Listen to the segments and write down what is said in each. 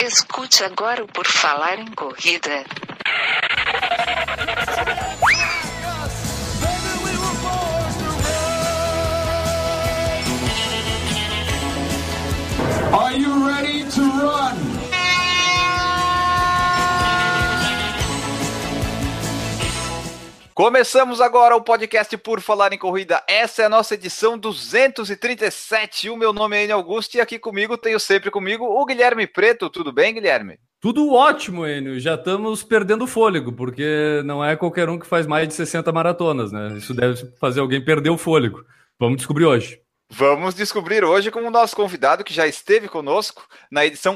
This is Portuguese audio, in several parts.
Escute agora o Por Falar em Corrida. Are you ready to run? Começamos agora o podcast Por Falar em Corrida. Essa é a nossa edição 237. O meu nome é Enio Augusto e aqui comigo, tenho sempre comigo o Guilherme Preto. Tudo bem, Guilherme? Tudo ótimo, Enio. Já estamos perdendo fôlego, porque não é qualquer um que faz mais de 60 maratonas, né? Isso deve fazer alguém perder o fôlego. Vamos descobrir hoje. Vamos descobrir hoje com o nosso convidado que já esteve conosco na edição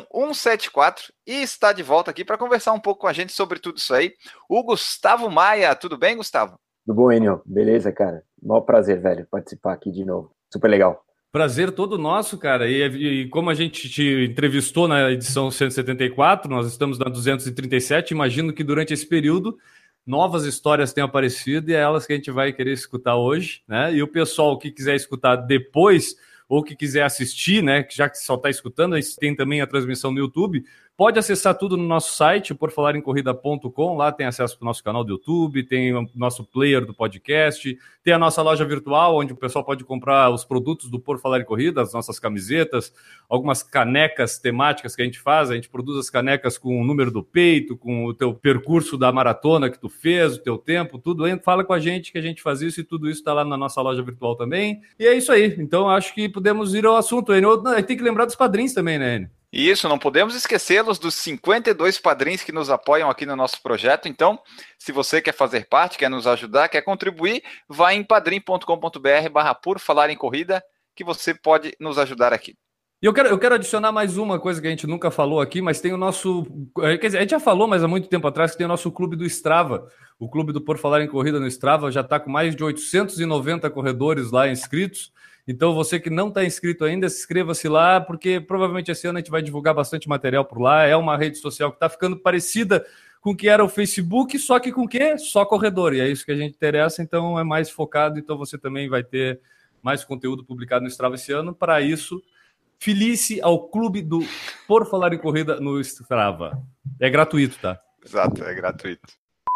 174 e está de volta aqui para conversar um pouco com a gente sobre tudo isso aí. O Gustavo Maia. Tudo bem, Gustavo? Tudo bom, Enio? Beleza, cara? Maior prazer, velho, participar aqui de novo. Super legal. Prazer todo nosso, cara. E como a gente te entrevistou na edição 174, nós estamos na 237, imagino que durante esse período novas histórias têm aparecido e é elas que a gente vai querer escutar hoje, né? E o pessoal que quiser escutar depois ou que quiser assistir, né? Já que só está escutando, tem também a transmissão no YouTube. Pode acessar tudo no nosso site, porfalarencorrida.com. Lá tem acesso para o nosso canal do YouTube, tem o nosso player do podcast, tem a nossa loja virtual, onde o pessoal pode comprar os produtos do Por Falar em Corrida, as nossas camisetas, algumas canecas temáticas que a gente faz. A gente produz as canecas com o número do peito, com o teu percurso da maratona que tu fez, o teu tempo, tudo. Fala com a gente que a gente faz isso e tudo isso está lá na nossa loja virtual também. E é isso aí. Então, acho que podemos ir ao assunto. Enio, tem que lembrar dos padrinhos também, né, Enio? Isso, não podemos esquecê-los dos 52 padrinhos que nos apoiam aqui no nosso projeto. Então, se você quer fazer parte, quer nos ajudar, quer contribuir, vá em padrim.com.br/Por Falar em Corrida, que você pode nos ajudar aqui. E eu quero adicionar mais uma coisa que a gente nunca falou aqui, mas tem o nosso... Quer dizer, a gente já falou, mas há muito tempo atrás, que tem o nosso clube do Strava. O clube do Por Falar em Corrida no Strava já está com mais de 890 corredores lá inscritos. Então, você que não está inscrito ainda, inscreva-se lá, porque provavelmente esse ano a gente vai divulgar bastante material por lá. É uma rede social que está ficando parecida com o que era o Facebook, só que com o quê? Só corredor. E é isso que a gente interessa, então é mais focado. Então, você também vai ter mais conteúdo publicado no Strava esse ano. Para isso, filie-se ao clube do Por Falar em Corrida no Strava. É gratuito, tá? Exato, é gratuito.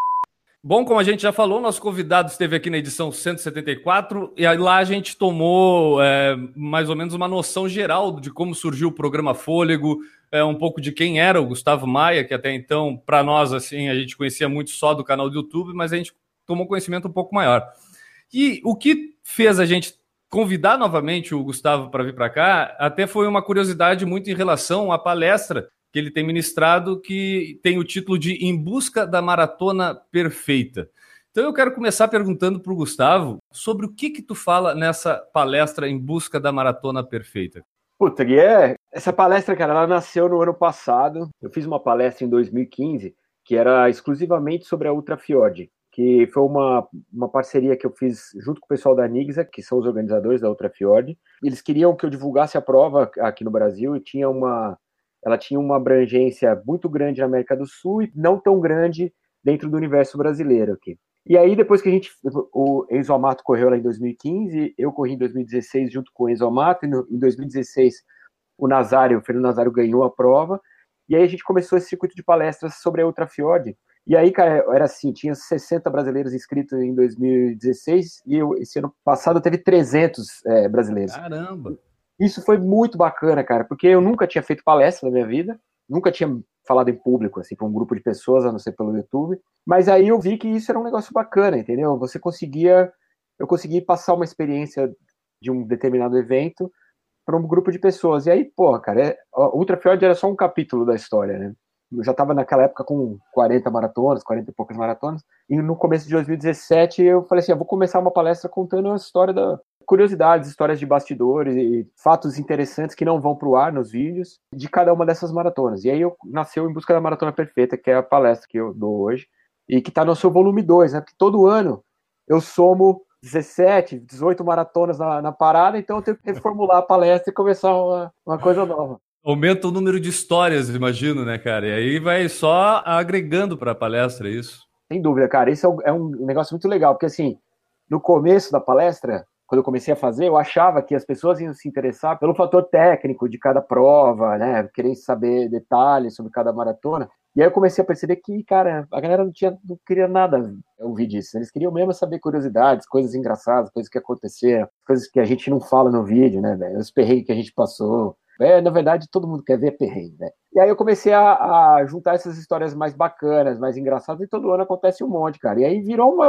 Bom, como a gente já falou, nosso convidado esteve aqui na edição 174 e lá a gente tomou mais ou menos uma noção geral de como surgiu o programa Fôlego, um pouco de quem era o Gustavo Maia, que até então, para nós, assim, a gente conhecia muito só do canal do YouTube, mas a gente tomou conhecimento um pouco maior. E o que fez a gente convidar novamente o Gustavo para vir para cá, até foi uma curiosidade muito em relação à palestra que ele tem ministrado, que tem o título de Em Busca da Maratona Perfeita. Então eu quero começar perguntando para o Gustavo sobre o que tu fala nessa palestra Em Busca da Maratona Perfeita. Puta, essa palestra, cara, ela nasceu no ano passado. Eu fiz uma palestra em 2015 que era exclusivamente sobre a Ultra Fjord, que foi uma parceria que eu fiz junto com o pessoal da Nigsa, que são os organizadores da Ultra Fjord. Eles queriam que eu divulgasse a prova aqui no Brasil e ela tinha uma abrangência muito grande na América do Sul e não tão grande dentro do universo brasileiro aqui. E aí, depois que o Enzo Amato correu lá em 2015, eu corri em 2016 junto com o Enzo Amato, e em 2016 o Fernando Nazário ganhou a prova, e aí a gente começou esse circuito de palestras sobre a Ultra Fjord. E aí, cara, era assim, tinha 60 brasileiros inscritos em 2016, e esse ano passado teve 300 brasileiros. Caramba! Isso foi muito bacana, cara, porque eu nunca tinha feito palestra na minha vida, nunca tinha falado em público, assim, para um grupo de pessoas, a não ser pelo YouTube, mas aí eu vi que isso era um negócio bacana, entendeu? Eu consegui passar uma experiência de um determinado evento para um grupo de pessoas, e aí, pô, cara, o Ultra Fjord era só um capítulo da história, né? Eu já estava naquela época com 40 e poucas maratonas, e no começo de 2017 eu falei assim, eu vou começar uma palestra contando a história curiosidades, histórias de bastidores e fatos interessantes que não vão para o ar nos vídeos de cada uma dessas maratonas. E aí nasceu Em Busca da Maratona Perfeita, que é a palestra que eu dou hoje, e que está no seu volume 2, né? Porque todo ano eu somo 17, 18 maratonas na parada, então eu tenho que reformular a palestra e começar uma coisa nova. Aumenta o número de histórias, imagino, né, cara? E aí vai só agregando para a palestra, é isso? Sem dúvida, cara. Isso é um negócio muito legal, porque assim, no começo da palestra, quando eu comecei a fazer, eu achava que as pessoas iam se interessar pelo fator técnico de cada prova, né? Querendo saber detalhes sobre cada maratona. E aí eu comecei a perceber que, cara, a galera não queria nada ouvir disso. Eles queriam mesmo saber curiosidades, coisas engraçadas, coisas que aconteceram, coisas que a gente não fala no vídeo, né, velho? Os perrengues que a gente passou. Na verdade, todo mundo quer ver perrengue, né? E aí eu comecei a juntar essas histórias mais bacanas, mais engraçadas, e todo ano acontece um monte, cara. E aí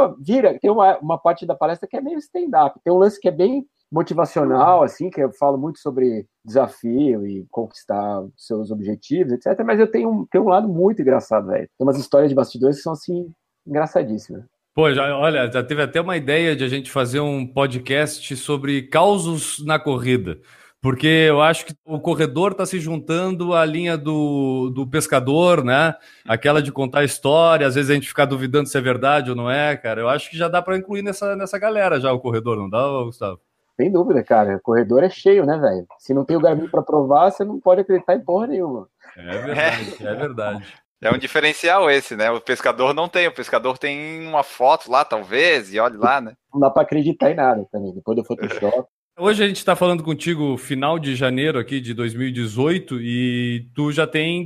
tem uma parte da palestra que é meio stand-up. Tem um lance que é bem motivacional, assim, que eu falo muito sobre desafio e conquistar seus objetivos, etc. Mas eu tenho um lado muito engraçado, velho. Tem umas histórias de bastidores que são, assim, engraçadíssimas. Pô, olha, já teve até uma ideia de a gente fazer um podcast sobre causos na corrida. Porque eu acho que o corredor está se juntando à linha do pescador, né? Aquela de contar história, às vezes a gente fica duvidando se é verdade ou não é, cara. Eu acho que já dá para incluir nessa galera já o corredor, não dá, Gustavo? Sem dúvida, cara. O corredor é cheio, né, velho? Se não tem o Garmin para provar, você não pode acreditar em porra nenhuma. É verdade, é verdade. É um diferencial esse, né? O pescador não tem. O pescador tem uma foto lá, talvez, e olha lá, né? Não dá para acreditar em nada também. Depois do Photoshop. Hoje a gente está falando contigo final de janeiro aqui de 2018 e tu já tem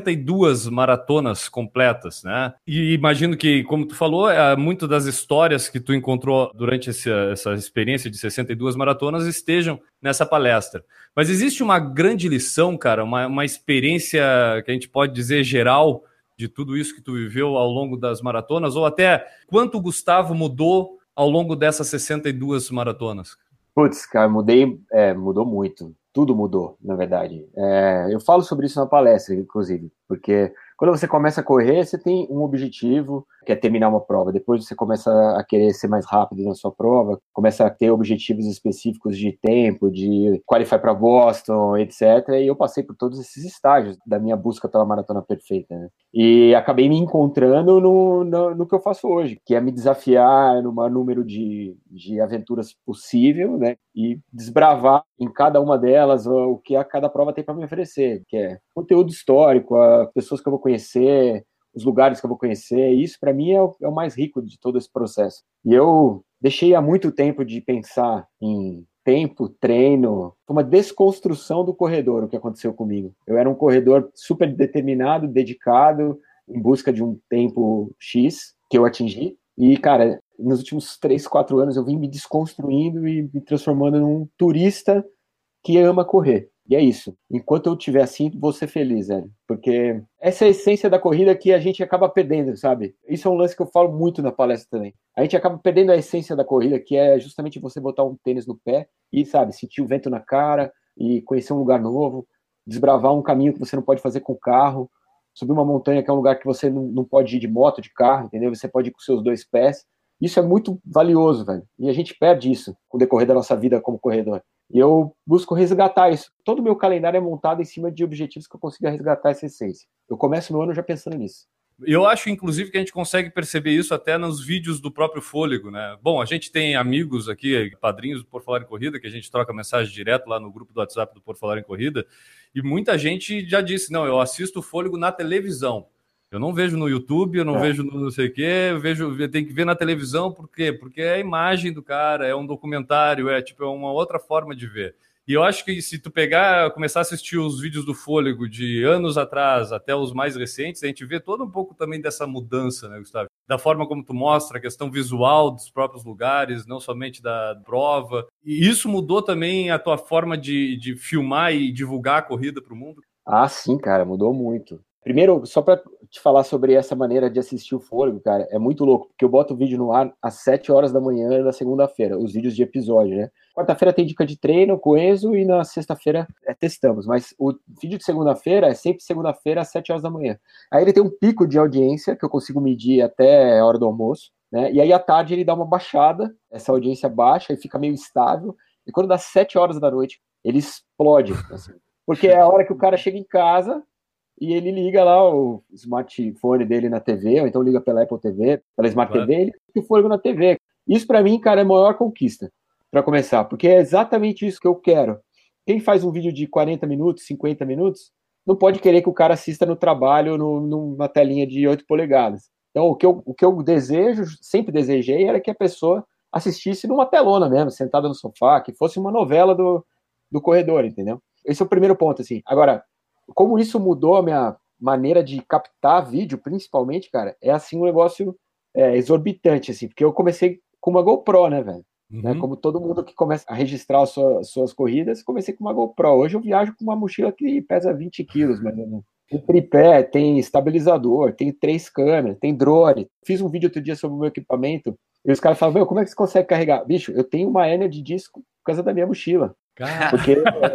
62 maratonas completas, né? E imagino que, como tu falou, muito das histórias que tu encontrou durante essa experiência de 62 maratonas estejam nessa palestra. Mas existe uma grande lição, cara, uma experiência que a gente pode dizer geral de tudo isso que tu viveu ao longo das maratonas, ou até quanto o Gustavo mudou ao longo dessas 62 maratonas? Putz, cara, mudou muito. Tudo mudou, na verdade. Eu falo sobre isso na palestra, inclusive, porque quando você começa a correr, você tem um objetivo, que é terminar uma prova. Depois você começa a querer ser mais rápido na sua prova, começa a ter objetivos específicos de tempo, de qualify para Boston, etc. E eu passei por todos esses estágios da minha busca pela maratona perfeita, né? E acabei me encontrando no que eu faço hoje, que é me desafiar no maior número de aventuras possível, né? E desbravar em cada uma delas o que a cada prova tem para me oferecer, que é conteúdo histórico, as pessoas que eu vou conhecer, os lugares que eu vou conhecer. Isso, para mim, é o mais rico de todo esse processo. E eu deixei há muito tempo de pensar em tempo, treino, uma desconstrução do corredor, o que aconteceu comigo. Eu era um corredor super determinado, dedicado, em busca de um tempo X que eu atingi. E, cara, nos últimos 3, 4 anos eu vim me desconstruindo e me transformando num turista que ama correr. E é isso. Enquanto eu estiver assim, vou ser feliz, velho. Porque essa é a essência da corrida que a gente acaba perdendo, sabe? Isso é um lance que eu falo muito na palestra também. A gente acaba perdendo a essência da corrida, que é justamente você botar um tênis no pé e, sabe, sentir o vento na cara e conhecer um lugar novo, desbravar um caminho que você não pode fazer com o carro, subir uma montanha que é um lugar que você não pode ir de moto, de carro, entendeu? Você pode ir com seus 2 pés. Isso é muito valioso, velho. E a gente perde isso com o decorrer da nossa vida como corredor. E eu busco resgatar isso. Todo o meu calendário é montado em cima de objetivos que eu consiga resgatar essa essência. Eu começo meu ano já pensando nisso. Eu acho, inclusive, que a gente consegue perceber isso até nos vídeos do próprio Fôlego, né? Bom, a gente tem amigos aqui, padrinhos do Por Falar em Corrida, que a gente troca mensagem direto lá no grupo do WhatsApp do Por Falar em Corrida, e muita gente já disse, não, eu assisto o Fôlego na televisão. Eu não vejo no YouTube, eu não vejo no não sei o quê, eu tenho que ver na televisão, por quê? Porque é a imagem do cara, é um documentário, é uma outra forma de ver. E eu acho que se tu começar a assistir os vídeos do Fôlego de anos atrás até os mais recentes, a gente vê todo um pouco também dessa mudança, né, Gustavo? Da forma como tu mostra a questão visual dos próprios lugares, não somente da prova. E isso mudou também a tua forma de filmar e divulgar a corrida para o mundo? Ah, sim, cara, mudou muito. Primeiro, só para te falar sobre essa maneira de assistir o Fôlego, cara, é muito louco, porque eu boto o vídeo no ar às 7 horas da manhã da segunda-feira, os vídeos de episódio, né? Quarta-feira tem dica de treino com o Enzo e na sexta-feira testamos, mas o vídeo de segunda-feira é sempre segunda-feira às 7 horas da manhã. Aí ele tem um pico de audiência que eu consigo medir até a hora do almoço, né? E aí à tarde ele dá uma baixada, essa audiência baixa e fica meio estável, e quando dá 7 horas da noite, ele explode, assim, porque é a hora que o cara chega em casa e ele liga lá o smartphone dele na TV, ou então liga pela Apple TV, pela Smart TV, ele tem o Fôlego na TV. Isso para mim, cara, é a maior conquista, para começar, porque é exatamente isso que eu quero. Quem faz um vídeo de 40 minutos, 50 minutos, não pode querer que o cara assista no trabalho numa telinha de 8 polegadas. Então, o que eu desejo, sempre desejei, era que a pessoa assistisse numa telona mesmo, sentada no sofá, que fosse uma novela do corredor, entendeu? Esse é o primeiro ponto, assim. Agora, como isso mudou a minha maneira de captar vídeo, principalmente, cara, é assim um negócio exorbitante, assim, porque eu comecei com uma GoPro, né, velho? Né? Como todo mundo que começa a registrar suas corridas, comecei com uma GoPro. Hoje eu viajo com uma mochila que pesa 20 quilos, mais ou menos. Tem tripé, tem estabilizador, tem 3 câmeras, tem drone. Fiz um vídeo outro dia sobre o meu equipamento e os caras falam, meu, como é que você consegue carregar? Bicho, eu tenho uma hernia de disco por causa da minha mochila. Porque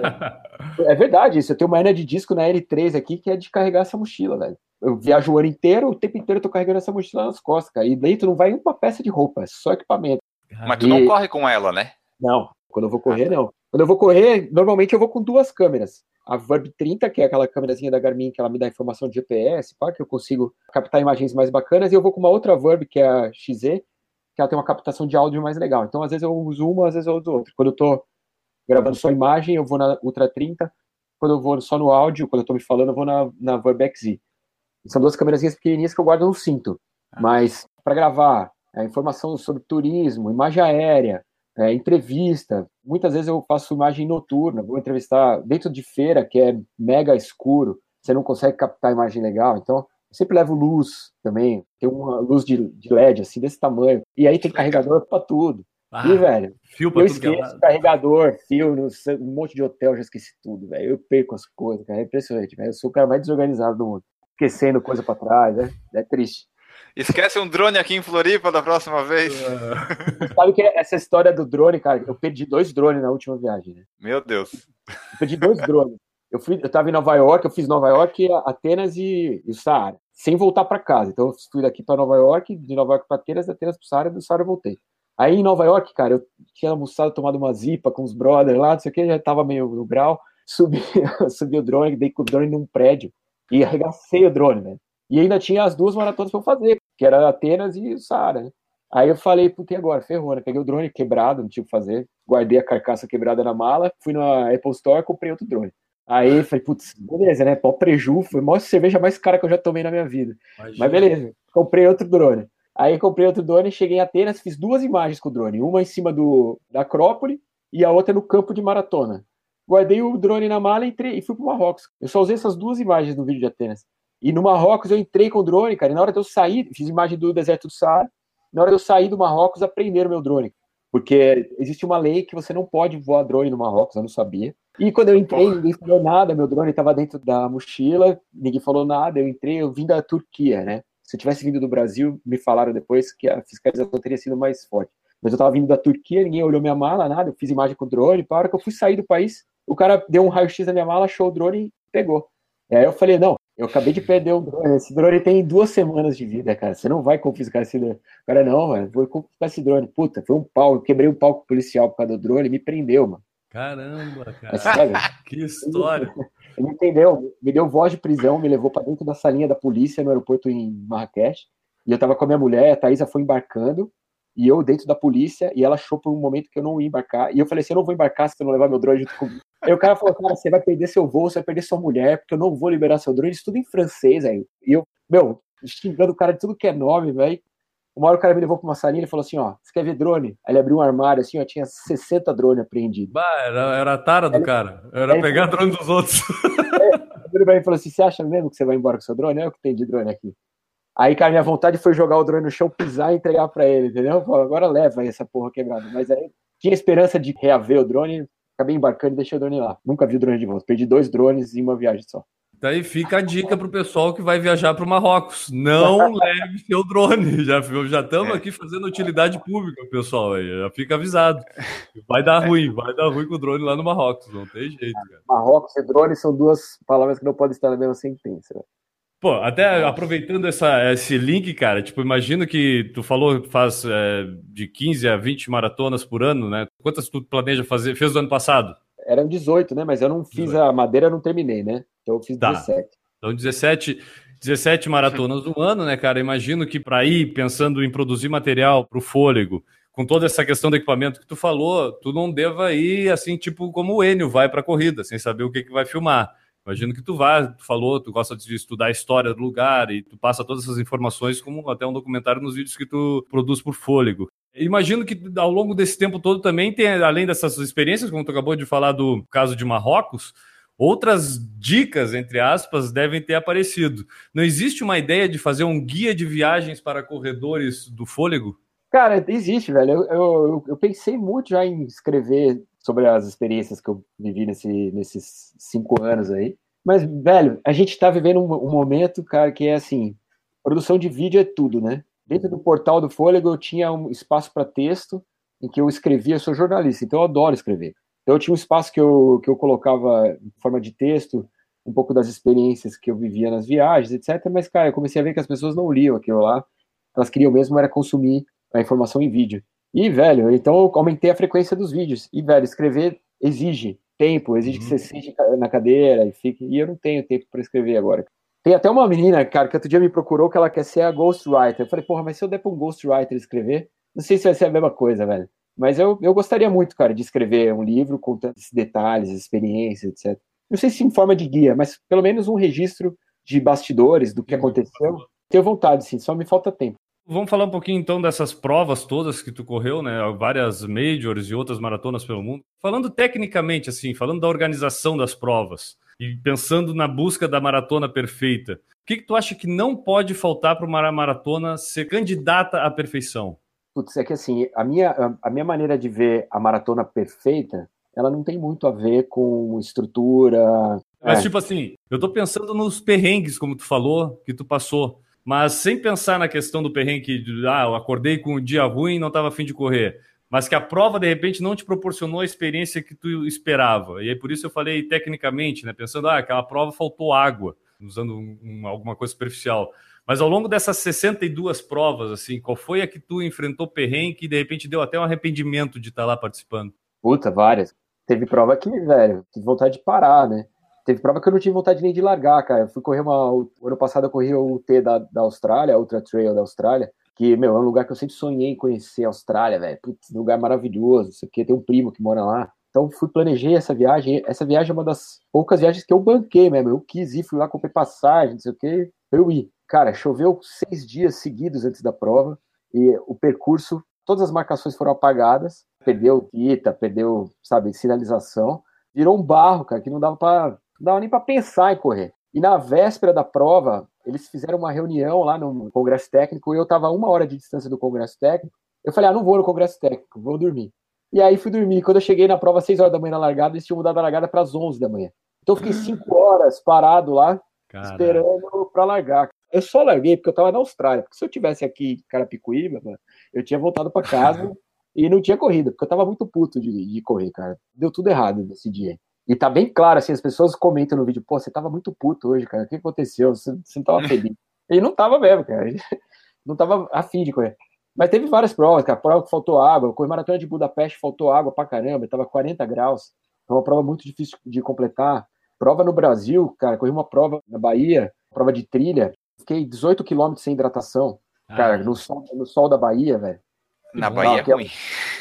é verdade isso, eu tenho uma hernia de disco na L3 aqui que é de carregar essa mochila, velho. Eu viajo o ano inteiro, o tempo inteiro eu tô carregando essa mochila nas costas, cara. E dentro não vai uma peça de roupa, é só equipamento. Mas tu não corre com ela, né? Não, quando eu vou correr, não. Quando eu vou correr, normalmente eu vou com 2 câmeras. A Vurb 30, que é aquela câmerazinha da Garmin que ela me dá informação de GPS, que eu consigo captar imagens mais bacanas, e eu vou com uma outra Vurb, que é a XZ, que ela tem uma captação de áudio mais legal. Então, às vezes eu uso uma, às vezes eu uso outra. Quando eu tô gravando só imagem, eu vou na Ultra 30. Quando eu vou só no áudio, quando eu tô me falando, eu vou na Vurb XZ. São 2 câmerazinhas pequenininhas que eu guardo no cinto. Mas para gravar informação sobre turismo, imagem aérea, entrevista, muitas vezes eu faço imagem noturna, vou entrevistar dentro de feira, que é mega escuro, você não consegue captar imagem legal, então eu sempre levo luz também, tem uma luz de LED, assim, desse tamanho, e aí tem carregador para tudo. E, velho, fio pra eu tudo esqueço carregador, fio, um monte de hotel, já esqueci tudo, velho, eu perco as coisas, cara, é impressionante, velho, eu sou o cara mais desorganizado do mundo, esquecendo coisa para trás, é triste. Esquece um drone aqui em Floripa da próxima vez. Sabe que essa história do drone, cara, eu perdi 2 drones na última viagem, né? Meu Deus. Eu perdi 2 drones. Eu tava em Nova York, eu fiz Nova York, Atenas e o Saara, sem voltar para casa. Então eu fui daqui para Nova York, de Nova York para Atenas, de Atenas pro Saara, do Saara eu voltei. Aí em Nova York, cara, eu tinha almoçado, tomado uma zipa com os brothers lá, não sei o que, já tava meio no grau, subi o drone, dei com o drone num prédio e arregacei o drone, né? E ainda tinha as 2 maratonas pra eu fazer, que era Atenas e o Saara, né? Aí eu falei, puta, e agora? Ferrou, né? Peguei o drone quebrado, não tinha o que fazer, guardei a carcaça quebrada na mala, fui na Apple Store, comprei outro drone. Aí falei, putz, beleza, né? Pó preju, foi a maior cerveja mais cara que eu já tomei na minha vida. Imagina. Mas beleza, comprei outro drone. Aí comprei outro drone, cheguei em Atenas, fiz 2 imagens com o drone, uma em cima da Acrópole e a outra no campo de maratona. Guardei o drone na mala e fui pro Marrocos. Eu só usei essas 2 imagens no vídeo de Atenas. E no Marrocos eu entrei com o drone, cara, e na hora de eu sair, fiz imagem do deserto do Saara, na hora de eu sair do Marrocos, apreenderam meu drone. Porque existe uma lei que você não pode voar drone no Marrocos, eu não sabia. E quando eu entrei, ninguém falou nada, meu drone estava dentro da mochila, ninguém falou nada, eu vim da Turquia, né? Se eu tivesse vindo do Brasil, me falaram depois que a fiscalização teria sido mais forte. Mas eu estava vindo da Turquia, ninguém olhou minha mala, nada, eu fiz imagem com o drone, para a hora que eu fui sair do país, o cara deu um raio-x na minha mala, achou o drone e pegou. E aí eu falei, não, eu acabei de perder um drone, esse drone tem 2 semanas de vida, cara, você não vai confiscar esse drone. O cara, não, mano, vou confiscar esse drone. Puta, foi um pau, eu quebrei um pau com o policial por causa do drone, me prendeu, mano. Caramba, cara. É sério? Que história. Ele entendeu, me deu voz de prisão, me levou para dentro da salinha da polícia no aeroporto em Marrakech, e eu tava com a minha mulher, a Thaisa foi embarcando, e eu dentro da polícia, e ela achou por um momento que eu não ia embarcar, e eu falei assim, eu não vou embarcar se tu não levar meu drone junto comigo. Aí o cara falou, cara, você vai perder seu voo, você vai perder sua mulher, porque eu não vou liberar seu drone, isso tudo em francês, aí. E eu, xingando o cara de tudo que é nome, velho. Uma hora o cara me levou pra uma salinha e falou assim, ó, você quer ver drone? Aí ele abriu um armário, assim, ó, tinha 60 drones apreendidos. Bah, era a tara do cara, era pegar drone dos outros. Ele falou assim, você acha mesmo que você vai embora com seu drone? É o que tem de drone aqui. Aí, cara, minha vontade foi jogar o drone no chão, pisar e entregar pra ele, entendeu? Agora leva aí essa porra quebrada. Mas aí tinha esperança de reaver o drone, acabei embarcando e deixei o drone lá. Nunca vi o drone de volta. Perdi 2 drones em uma viagem só. Daí fica a dica pro pessoal que vai viajar para o Marrocos. Não leve seu drone. Já estamos aqui fazendo utilidade pública, pessoal. Aí. Já fica avisado. Vai dar ruim com o drone lá no Marrocos. Não tem jeito, cara. Marrocos e drone são 2 palavras que não podem estar na mesma sentença, né? Pô, até aproveitando esse link, cara, tipo, imagino que tu falou que faz de 15 a 20 maratonas por ano, né? Quantas tu planeja fazer? Fez no ano passado? Eram 18, né? Mas eu não fiz 18. A madeira, eu não terminei, né? Então eu fiz 17. Então 17 maratonas no ano, né, cara? Imagino que para ir pensando em produzir material para o fôlego, com toda essa questão do equipamento que tu falou, tu não deva ir assim, tipo como o Enio vai para a corrida, sem saber o que vai filmar. Imagino que tu falou, tu gosta de estudar a história do lugar e tu passa todas essas informações como até um documentário nos vídeos que tu produz por fôlego. Imagino que ao longo desse tempo todo também tem, além dessas experiências, como tu acabou de falar do caso de Marrocos, outras dicas, entre aspas, devem ter aparecido. Não existe uma ideia de fazer um guia de viagens para corredores do fôlego? Cara, existe, velho. Eu pensei muito já em escrever sobre as experiências que eu vivi nesses 5 anos aí. Mas, velho, a gente tá vivendo um momento, cara, que é assim, produção de vídeo é tudo, né? Dentro do portal do Fôlego eu tinha um espaço para texto em que eu escrevia, eu sou jornalista, então eu adoro escrever. Então eu tinha um espaço que eu colocava em forma de texto, um pouco das experiências que eu vivia nas viagens, etc. Mas, cara, eu comecei a ver que as pessoas não liam aquilo lá, elas queriam mesmo era consumir a informação em vídeo. E, velho, então eu aumentei a frequência dos vídeos. E, velho, escrever exige tempo, exige que você sente na cadeira e fique. E eu não tenho tempo para escrever agora. Tem até uma menina, cara, que outro dia me procurou que ela quer ser a ghostwriter. Eu falei, porra, mas se eu der pra um ghostwriter escrever, não sei se vai ser a mesma coisa, velho. Mas eu gostaria muito, cara, de escrever um livro com tantos detalhes, experiências, etc. Não sei se em forma de guia, mas pelo menos um registro de bastidores do que aconteceu. Tenho vontade, sim, só me falta tempo. Vamos falar um pouquinho então dessas provas todas que tu correu, né? Várias majors e outras maratonas pelo mundo. Falando tecnicamente, assim, falando da organização das provas e pensando na busca da maratona perfeita, o que tu acha que não pode faltar para uma maratona ser candidata à perfeição? Putz, é que assim, a minha maneira de ver a maratona perfeita, ela não tem muito a ver com estrutura. Mas tipo assim, eu tô pensando nos perrengues, como tu falou, que tu passou. Mas sem pensar na questão do perrengue, eu acordei com um dia ruim e não estava a fim de correr. Mas que a prova, de repente, não te proporcionou a experiência que tu esperava. E aí, por isso eu falei tecnicamente, né? Pensando, aquela prova faltou água, usando alguma coisa superficial. Mas ao longo dessas 62 provas, assim, qual foi a que tu enfrentou perrengue e de repente deu até um arrependimento de estar lá participando? Puta, várias. Teve prova que, velho, tive vontade de parar, né? Teve prova que eu não tive vontade nem de largar, cara. Eu fui correr o ano passado eu corri o T da Austrália, a Ultra Trail da Austrália, que, meu, é um lugar que eu sempre sonhei em conhecer a Austrália, velho. Putz, um lugar maravilhoso, não sei o quê, tem um primo que mora lá. Então planejei essa viagem. Essa viagem é uma das poucas viagens que eu banquei mesmo. Eu quis ir, fui lá, comprei passagem, não sei o quê, eu ia. Cara, choveu 6 dias seguidos antes da prova e o percurso, todas as marcações foram apagadas, perdeu fita, perdeu, sabe, sinalização, virou um barro, cara, que não dava nem para pensar em correr. E na véspera da prova, eles fizeram uma reunião lá no Congresso Técnico, e eu estava a 1 hora de distância do Congresso Técnico. Eu falei, não vou no Congresso Técnico, vou dormir. E aí fui dormir. Quando eu cheguei na prova às 6 horas da manhã na largada, eles tinham mudado a largada para as 11 da manhã. Então eu fiquei 5 horas parado lá, esperando para largar. Eu só larguei porque eu estava na Austrália. Porque se eu tivesse aqui em Carapicuíba, mano, eu tinha voltado para casa e não tinha corrida, porque eu estava muito puto de correr, cara. Deu tudo errado nesse dia. E tá bem claro, assim, as pessoas comentam no vídeo, pô, você tava muito puto hoje, cara, o que aconteceu? Você não tava feliz. E não tava mesmo, cara, não tava afim de correr. Mas teve várias provas, cara, prova que faltou água, eu corri maratona de Budapeste, faltou água pra caramba, tava 40 graus, foi uma prova muito difícil de completar. Prova no Brasil, cara, corri uma prova na Bahia, prova de trilha, fiquei 18 quilômetros sem hidratação, cara, no sol da Bahia, velho. Na Bahia é ruim.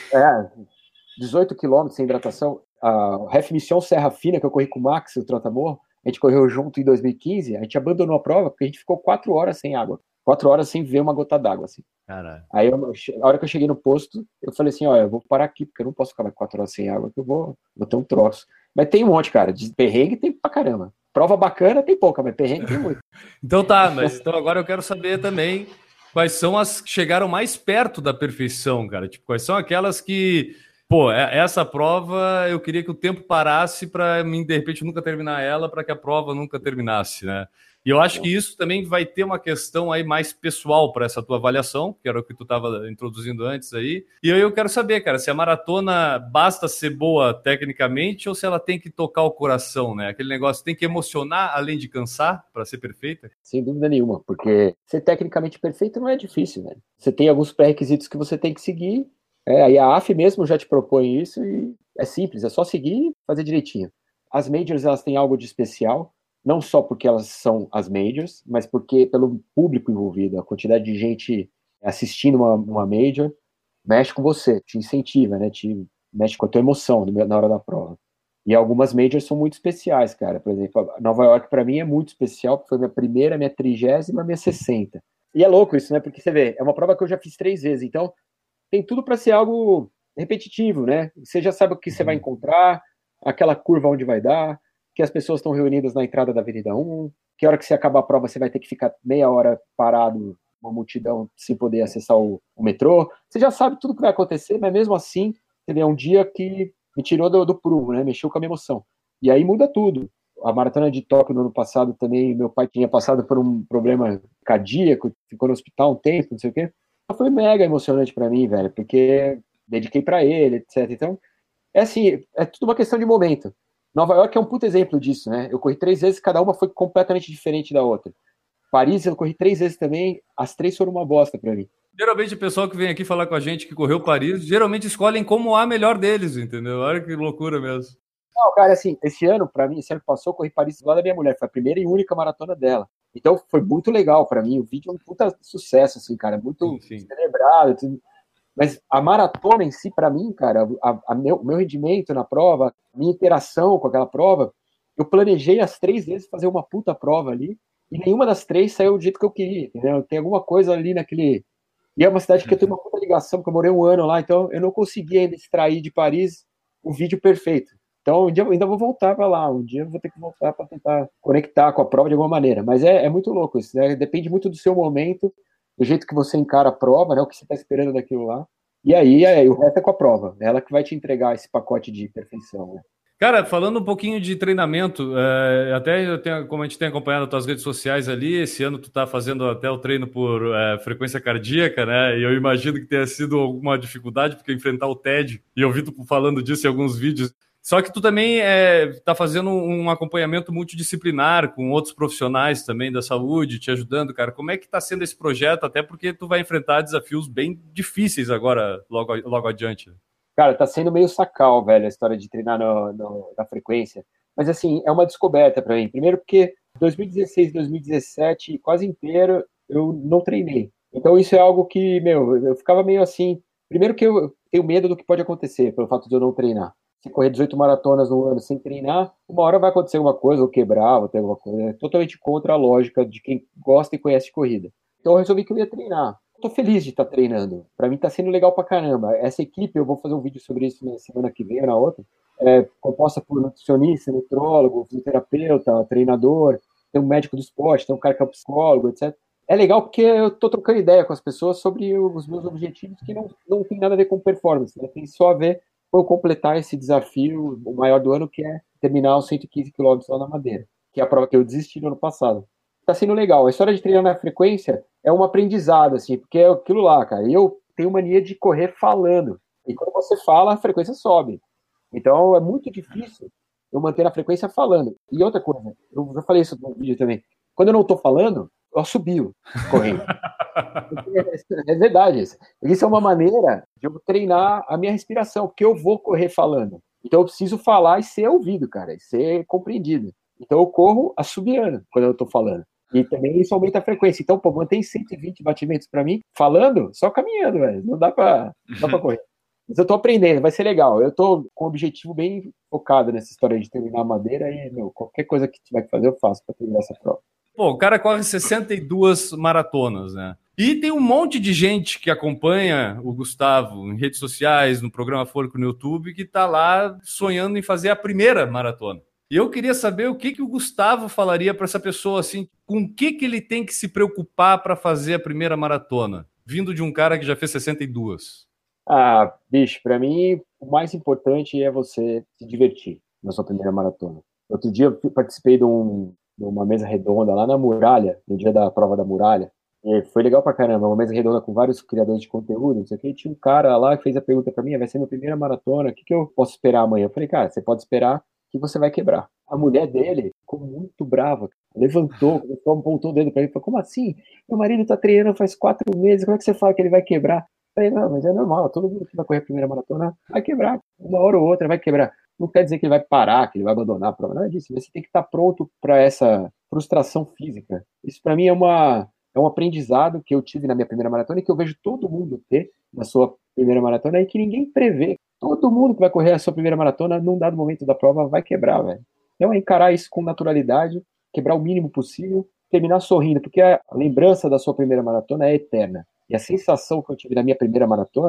18 quilômetros sem hidratação. A Ref Mission Serra Fina, que eu corri com o Max, o Trotamor, a gente correu junto em 2015, a gente abandonou a prova porque a gente ficou 4 horas sem água. 4 horas sem ver uma gota d'água, assim. Caralho. Aí, a hora que eu cheguei no posto, eu falei assim, eu vou parar aqui, porque eu não posso ficar mais 4 horas sem água, que eu vou ter um troço. Mas tem um monte, cara, de perrengue tem pra caramba. Prova bacana tem pouca, mas perrengue tem muito. Então agora eu quero saber também quais são as que chegaram mais perto da perfeição, cara. Tipo, quais são aquelas que... Pô, essa prova eu queria que o tempo parasse para mim, de repente, nunca terminar ela, para que a prova nunca terminasse, né? E eu acho que isso também vai ter uma questão aí mais pessoal para essa tua avaliação, que era o que tu estava introduzindo antes aí. E eu quero saber, cara, se a maratona basta ser boa tecnicamente ou se ela tem que tocar o coração, né? Aquele negócio tem que emocionar além de cansar para ser perfeita? Sem dúvida nenhuma, porque ser tecnicamente perfeito não é difícil, né? Você tem alguns pré-requisitos que você tem que seguir. Aí a AF mesmo já te propõe isso e é simples, é só seguir e fazer direitinho. As majors, elas têm algo de especial, não só porque elas são as majors, mas porque pelo público envolvido, a quantidade de gente assistindo uma major mexe com você, te incentiva, né? Te mexe com a tua emoção na hora da prova. E algumas majors são muito especiais, cara. Por exemplo, Nova York para mim é muito especial, porque foi minha primeira, minha 30ª, minha 60. E é louco isso, né? Porque você vê, é uma prova que eu já fiz 3 vezes, então tem tudo para ser algo repetitivo, né? Você já sabe o que você vai encontrar, aquela curva onde vai dar, que as pessoas estão reunidas na entrada da Avenida 1, que a hora que você acabar a prova você vai ter que ficar meia hora parado, uma multidão, sem poder acessar o metrô. Você já sabe tudo que vai acontecer, mas mesmo assim, é um dia que me tirou do prumo, né? Mexeu com a minha emoção. E aí muda tudo. A maratona de Tóquio no ano passado também, meu pai tinha passado por um problema cardíaco, ficou no hospital um tempo, não sei o quê. Foi mega emocionante para mim, velho, porque dediquei para ele, etc. Então, é assim, é tudo uma questão de momento. Nova York é um puto exemplo disso, né? Eu corri 3 vezes, cada uma foi completamente diferente da outra. Paris eu corri 3 vezes também, as 3 foram uma bosta para mim. Geralmente o pessoal que vem aqui falar com a gente que correu Paris, geralmente escolhem como a melhor deles, entendeu? Olha que loucura mesmo. Não, cara, assim, esse ano, pra mim, esse ano que passou, eu corri Paris do lado da minha mulher. Foi a primeira e única maratona dela. Então, foi muito legal pra mim. O vídeo é um puta sucesso, assim, cara. Muito celebrado. Tudo. Mas a maratona em si, pra mim, cara, o meu rendimento na prova, a minha interação com aquela prova, eu planejei as 3 vezes fazer uma puta prova ali, e nenhuma das 3 saiu do jeito que eu queria, entendeu? Tem alguma coisa ali naquele... E é uma cidade que eu tenho uma puta ligação, porque eu morei 1 ano lá, então eu não consegui ainda extrair de Paris o vídeo perfeito. Então, um dia eu ainda vou voltar para lá, um dia eu vou ter que voltar para tentar conectar com a prova de alguma maneira. Mas é muito louco isso, né? Depende muito do seu momento, do jeito que você encara a prova, né? O que você está esperando daquilo lá. E aí o resto é com a prova. É ela que vai te entregar esse pacote de perfeição, né? Cara, falando um pouquinho de treinamento, como a gente tem acompanhado as tuas redes sociais ali, esse ano tu tá fazendo até o treino por frequência cardíaca, né? E eu imagino que tenha sido alguma dificuldade, porque enfrentar o TED, e eu vi tu falando disso em alguns vídeos. Só que tu também tá fazendo um acompanhamento multidisciplinar com outros profissionais também da saúde, te ajudando, cara. Como é que tá sendo esse projeto? Até porque tu vai enfrentar desafios bem difíceis agora, logo adiante. Cara, tá sendo meio sacal, velho, a história de treinar na frequência. Mas, assim, é uma descoberta pra mim. Primeiro porque 2016, 2017, quase inteiro, eu não treinei. Então, isso é algo que, eu ficava meio assim... Primeiro que eu tenho medo do que pode acontecer, pelo fato de eu não treinar. Se correr 18 maratonas no ano sem treinar, uma hora vai acontecer alguma coisa, ou quebrar, ou ter alguma coisa. É totalmente contra a lógica de quem gosta e conhece de corrida. Então, eu resolvi que eu ia treinar. Tô feliz de estar treinando. Para mim tá sendo legal pra caramba. Essa equipe, eu vou fazer um vídeo sobre isso na semana que vem ou na outra, composta por nutricionista, nutrólogo, fisioterapeuta, treinador, tem um médico do esporte, tem um cara que é um psicólogo, etc. É legal porque eu tô trocando ideia com as pessoas sobre os meus objetivos que não tem nada a ver com performance, né? Tem só a ver com eu completar esse desafio, o maior do ano, que é terminar os 115 km lá na Madeira, que é a prova que eu desisti no ano passado. Tá sendo legal. A história de treinar na frequência é um aprendizado, assim, porque é aquilo lá, cara. Eu tenho mania de correr falando. E quando você fala, a frequência sobe. Então, é muito difícil eu manter a frequência falando. E outra coisa, eu já falei isso no vídeo também. Quando eu não tô falando, eu assobio correndo. É verdade isso. Isso é uma maneira de eu treinar a minha respiração, porque eu vou correr falando. Então, eu preciso falar e ser ouvido, cara, e ser compreendido. Então, eu corro assobiando quando eu tô falando. E também isso aumenta a frequência. Então, pô, mantém 120 batimentos pra mim, falando, só caminhando, velho. Não dá pra correr. Mas eu tô aprendendo, vai ser legal. Eu tô com um objetivo bem focado nessa história de terminar a Madeira e, qualquer coisa que tiver que fazer, eu faço pra terminar essa prova. Pô, o cara corre 62 maratonas, né? E tem um monte de gente que acompanha o Gustavo em redes sociais, no programa Forco no YouTube, que tá lá sonhando em fazer a primeira maratona. E eu queria saber o que o Gustavo falaria para essa pessoa, assim, com o que ele tem que se preocupar para fazer a primeira maratona, vindo de um cara que já fez 62. Ah, bicho, para mim o mais importante é você se divertir na sua primeira maratona. Outro dia eu participei de uma mesa redonda lá na Muralha, no dia da prova da Muralha, e foi legal pra caramba, uma mesa redonda com vários criadores de conteúdo, não sei o que, e tinha um cara lá que fez a pergunta pra mim, vai ser minha primeira maratona, o que eu posso esperar amanhã? Eu falei, cara, você pode esperar que você vai quebrar. A mulher dele ficou muito brava, levantou, apontou o dedo pra mim, falou, como assim? Meu marido tá treinando faz 4 meses, como é que você fala que ele vai quebrar? Eu falei, não, mas é normal, todo mundo que vai correr a primeira maratona vai quebrar, uma hora ou outra vai quebrar. Não quer dizer que ele vai parar, que ele vai abandonar a prova, nada disso, você tem que estar pronto para essa frustração física. Isso para mim é um aprendizado que eu tive na minha primeira maratona e que eu vejo todo mundo ter na sua primeira maratona e que ninguém prevê. Todo mundo que vai correr a sua primeira maratona, num dado momento da prova, vai quebrar, velho. Então é encarar isso com naturalidade, quebrar o mínimo possível, terminar sorrindo, porque a lembrança da sua primeira maratona é eterna. E a sensação que eu tive na minha primeira maratona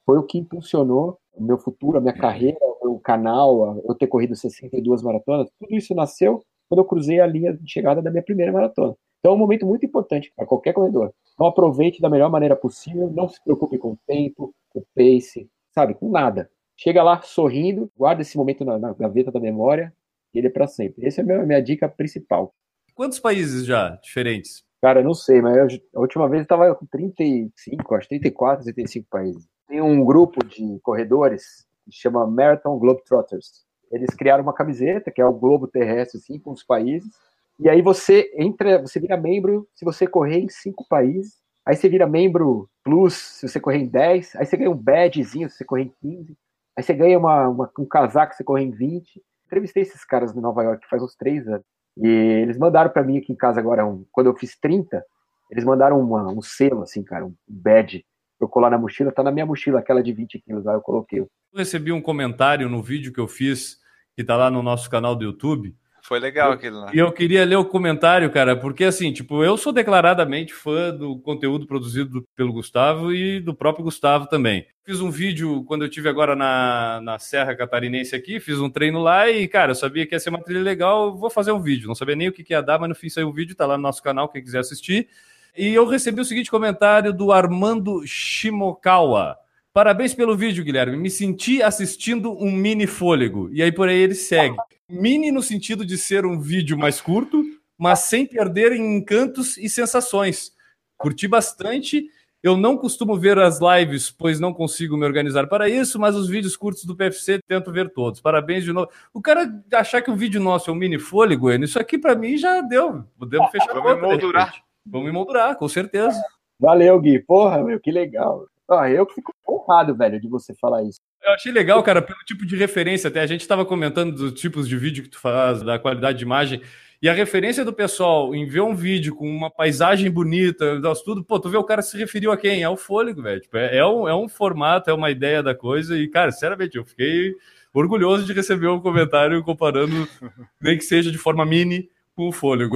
foi o que impulsionou o meu futuro, a minha carreira, o meu canal, eu ter corrido 62 maratonas. Tudo isso nasceu quando eu cruzei a linha de chegada da minha primeira maratona. Então é um momento muito importante para qualquer corredor. Então aproveite da melhor maneira possível, não se preocupe com o tempo, com o pace, sabe, com nada. Chega lá sorrindo, guarda esse momento na gaveta da memória e ele é para sempre. Essa é a minha dica principal. Quantos países já diferentes? Cara, eu não sei, mas a última vez eu estava com 35, acho 34, 35 países. Tem um grupo de corredores que chama Marathon Globetrotters. Eles criaram uma camiseta, que é o globo terrestre, assim, com os países. E aí você vira membro se você correr em 5 países. Aí você vira membro plus se você correr em 10. Aí você ganha um badgezinho se você correr em 15. Aí você ganha um casaco se você correr em 20. Entrevistei esses caras em Nova York faz uns 3 anos. E eles mandaram para mim aqui em casa agora, quando eu fiz 30, eles mandaram um selo, assim, cara, um badge. Eu colar na mochila, tá na minha mochila, aquela de 20 quilos, lá eu coloquei. Eu recebi um comentário no vídeo que eu fiz, que tá lá no nosso canal do YouTube. Foi legal aquilo lá. E eu queria ler o comentário, cara, porque assim, tipo, eu sou declaradamente fã do conteúdo produzido pelo Gustavo e do próprio Gustavo também. Fiz um vídeo quando eu tive agora na Serra Catarinense aqui, fiz um treino lá e, cara, eu sabia que ia ser uma trilha legal, eu vou fazer um vídeo. Não sabia nem o que ia dar, mas no fim saiu o vídeo, tá lá no nosso canal, quem quiser assistir. E eu recebi o seguinte comentário do Armando Shimokawa. Parabéns pelo vídeo, Guilherme. Me senti assistindo um mini fôlego. E aí por aí ele segue. Mini no sentido de ser um vídeo mais curto, mas sem perder em encantos e sensações. Curti bastante. Eu não costumo ver as lives, pois não consigo me organizar para isso, mas os vídeos curtos do PFC tento ver todos. Parabéns de novo. O cara achar que o vídeo nosso é um mini fôlego, isso aqui para mim já deu. Podemos fechar. Vamos emoldurar. Vamos emoldurar, com certeza. Valeu, Gui. Porra, meu, que legal. Eu que fico honrado, velho, de você falar isso. Eu achei legal, cara, pelo tipo de referência. Até a gente estava comentando dos tipos de vídeo que tu faz, da qualidade de imagem. E a referência do pessoal em ver um vídeo com uma paisagem bonita, tudo, pô, tu vê o cara se referiu a quem? É o fôlego, velho. Tipo, é um formato, é uma ideia da coisa. E, cara, sinceramente, eu fiquei orgulhoso de receber um comentário comparando, nem que seja de forma mini, com o fôlego.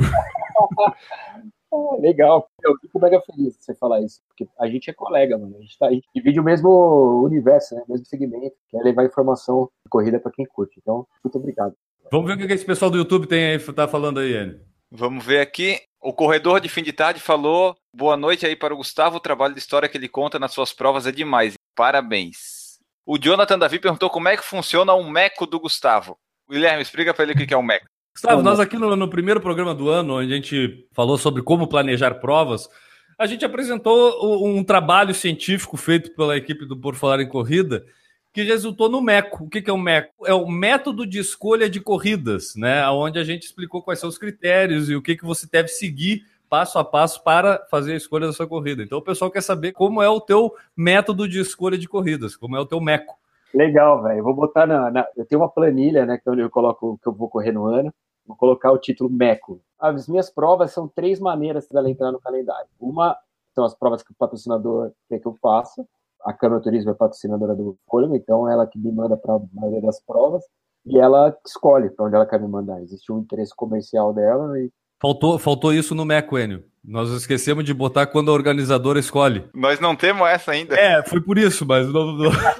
Legal, eu fico mega feliz de você falar isso, porque a gente é colega, mano, a gente divide o mesmo universo, né, o mesmo segmento, que é levar informação de corrida para quem curte, então, muito obrigado. Vamos ver o que esse pessoal do YouTube tá falando aí, Enio. Vamos ver aqui, o corredor de fim de tarde falou, boa noite aí para o Gustavo, o trabalho de história que ele conta nas suas provas é demais, parabéns. O Jonathan Davi perguntou como é que funciona o meco do Gustavo. Guilherme, explica para ele o que é o meco. Gustavo, nós aqui no primeiro programa do ano, onde a gente falou sobre como planejar provas, a gente apresentou um trabalho científico feito pela equipe do Por Falar em Corrida, que resultou no MECO. O que é o MECO? É o método de escolha de corridas, né? Onde a gente explicou quais são os critérios e o que você deve seguir passo a passo para fazer a escolha da sua corrida. Então o pessoal quer saber como é o teu método de escolha de corridas, como é o teu MECO. Legal, velho. Vou botar eu tenho uma planilha, né, que eu coloco o que eu vou correr no ano. Vou colocar o título MECO. As minhas provas são 3 maneiras dela entrar no calendário. Uma são as provas que o patrocinador quer que eu faça. A Câmara Turismo é patrocinadora do Fôlego, então ela que me manda para a maioria das provas e ela escolhe para onde ela quer me mandar. Existe um interesse comercial dela e... Faltou isso no MECO, Enio. Nós esquecemos de botar quando a organizadora escolhe. Nós não temos essa ainda. Foi por isso, mas não...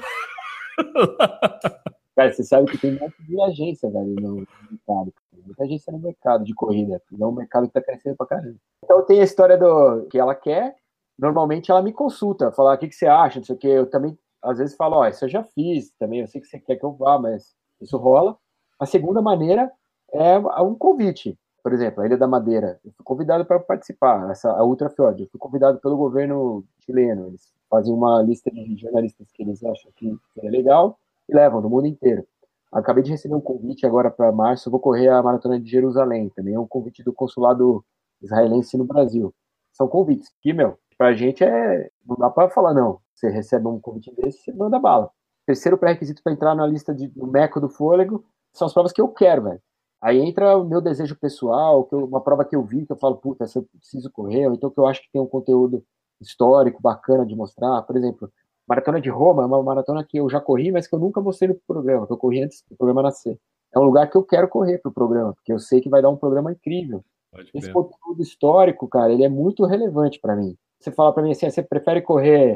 Cara, você sabe que tem um monte de agência, velho, no mercado. Muita agência no mercado de corrida. É um mercado que tá crescendo pra caramba. Então tem a história do que ela quer. Normalmente ela me consulta, fala o que você acha, não sei o que. Eu também, às vezes, falo, isso eu já fiz também, eu sei que você quer que eu vá, mas isso rola. A segunda maneira é um convite. Por exemplo, a Ilha da Madeira. Eu fui convidado para participar, a Ultra Fjord. Eu fui convidado pelo governo chileno. Eles fazem uma lista de jornalistas que eles acham que seria legal e levam do mundo inteiro. Acabei de receber um convite agora para março, eu vou correr a Maratona de Jerusalém, também é um convite do consulado israelense no Brasil. São convites que, pra gente não dá para falar não. Você recebe um convite desse, você manda bala. Terceiro pré-requisito para entrar na lista do MECO do Fôlego são as provas que eu quero, velho. Aí entra o meu desejo pessoal, uma prova que eu vi, que eu falo, puta, essa eu preciso correr, ou então que eu acho que tem um conteúdo histórico bacana de mostrar. Por exemplo, Maratona de Roma é uma maratona que eu já corri, mas que eu nunca mostrei no programa, que eu corri antes do programa nascer. É um lugar que eu quero correr pro programa, porque eu sei que vai dar um programa incrível. Esse conteúdo histórico, cara, ele é muito relevante para mim. Você fala para mim assim, você prefere correr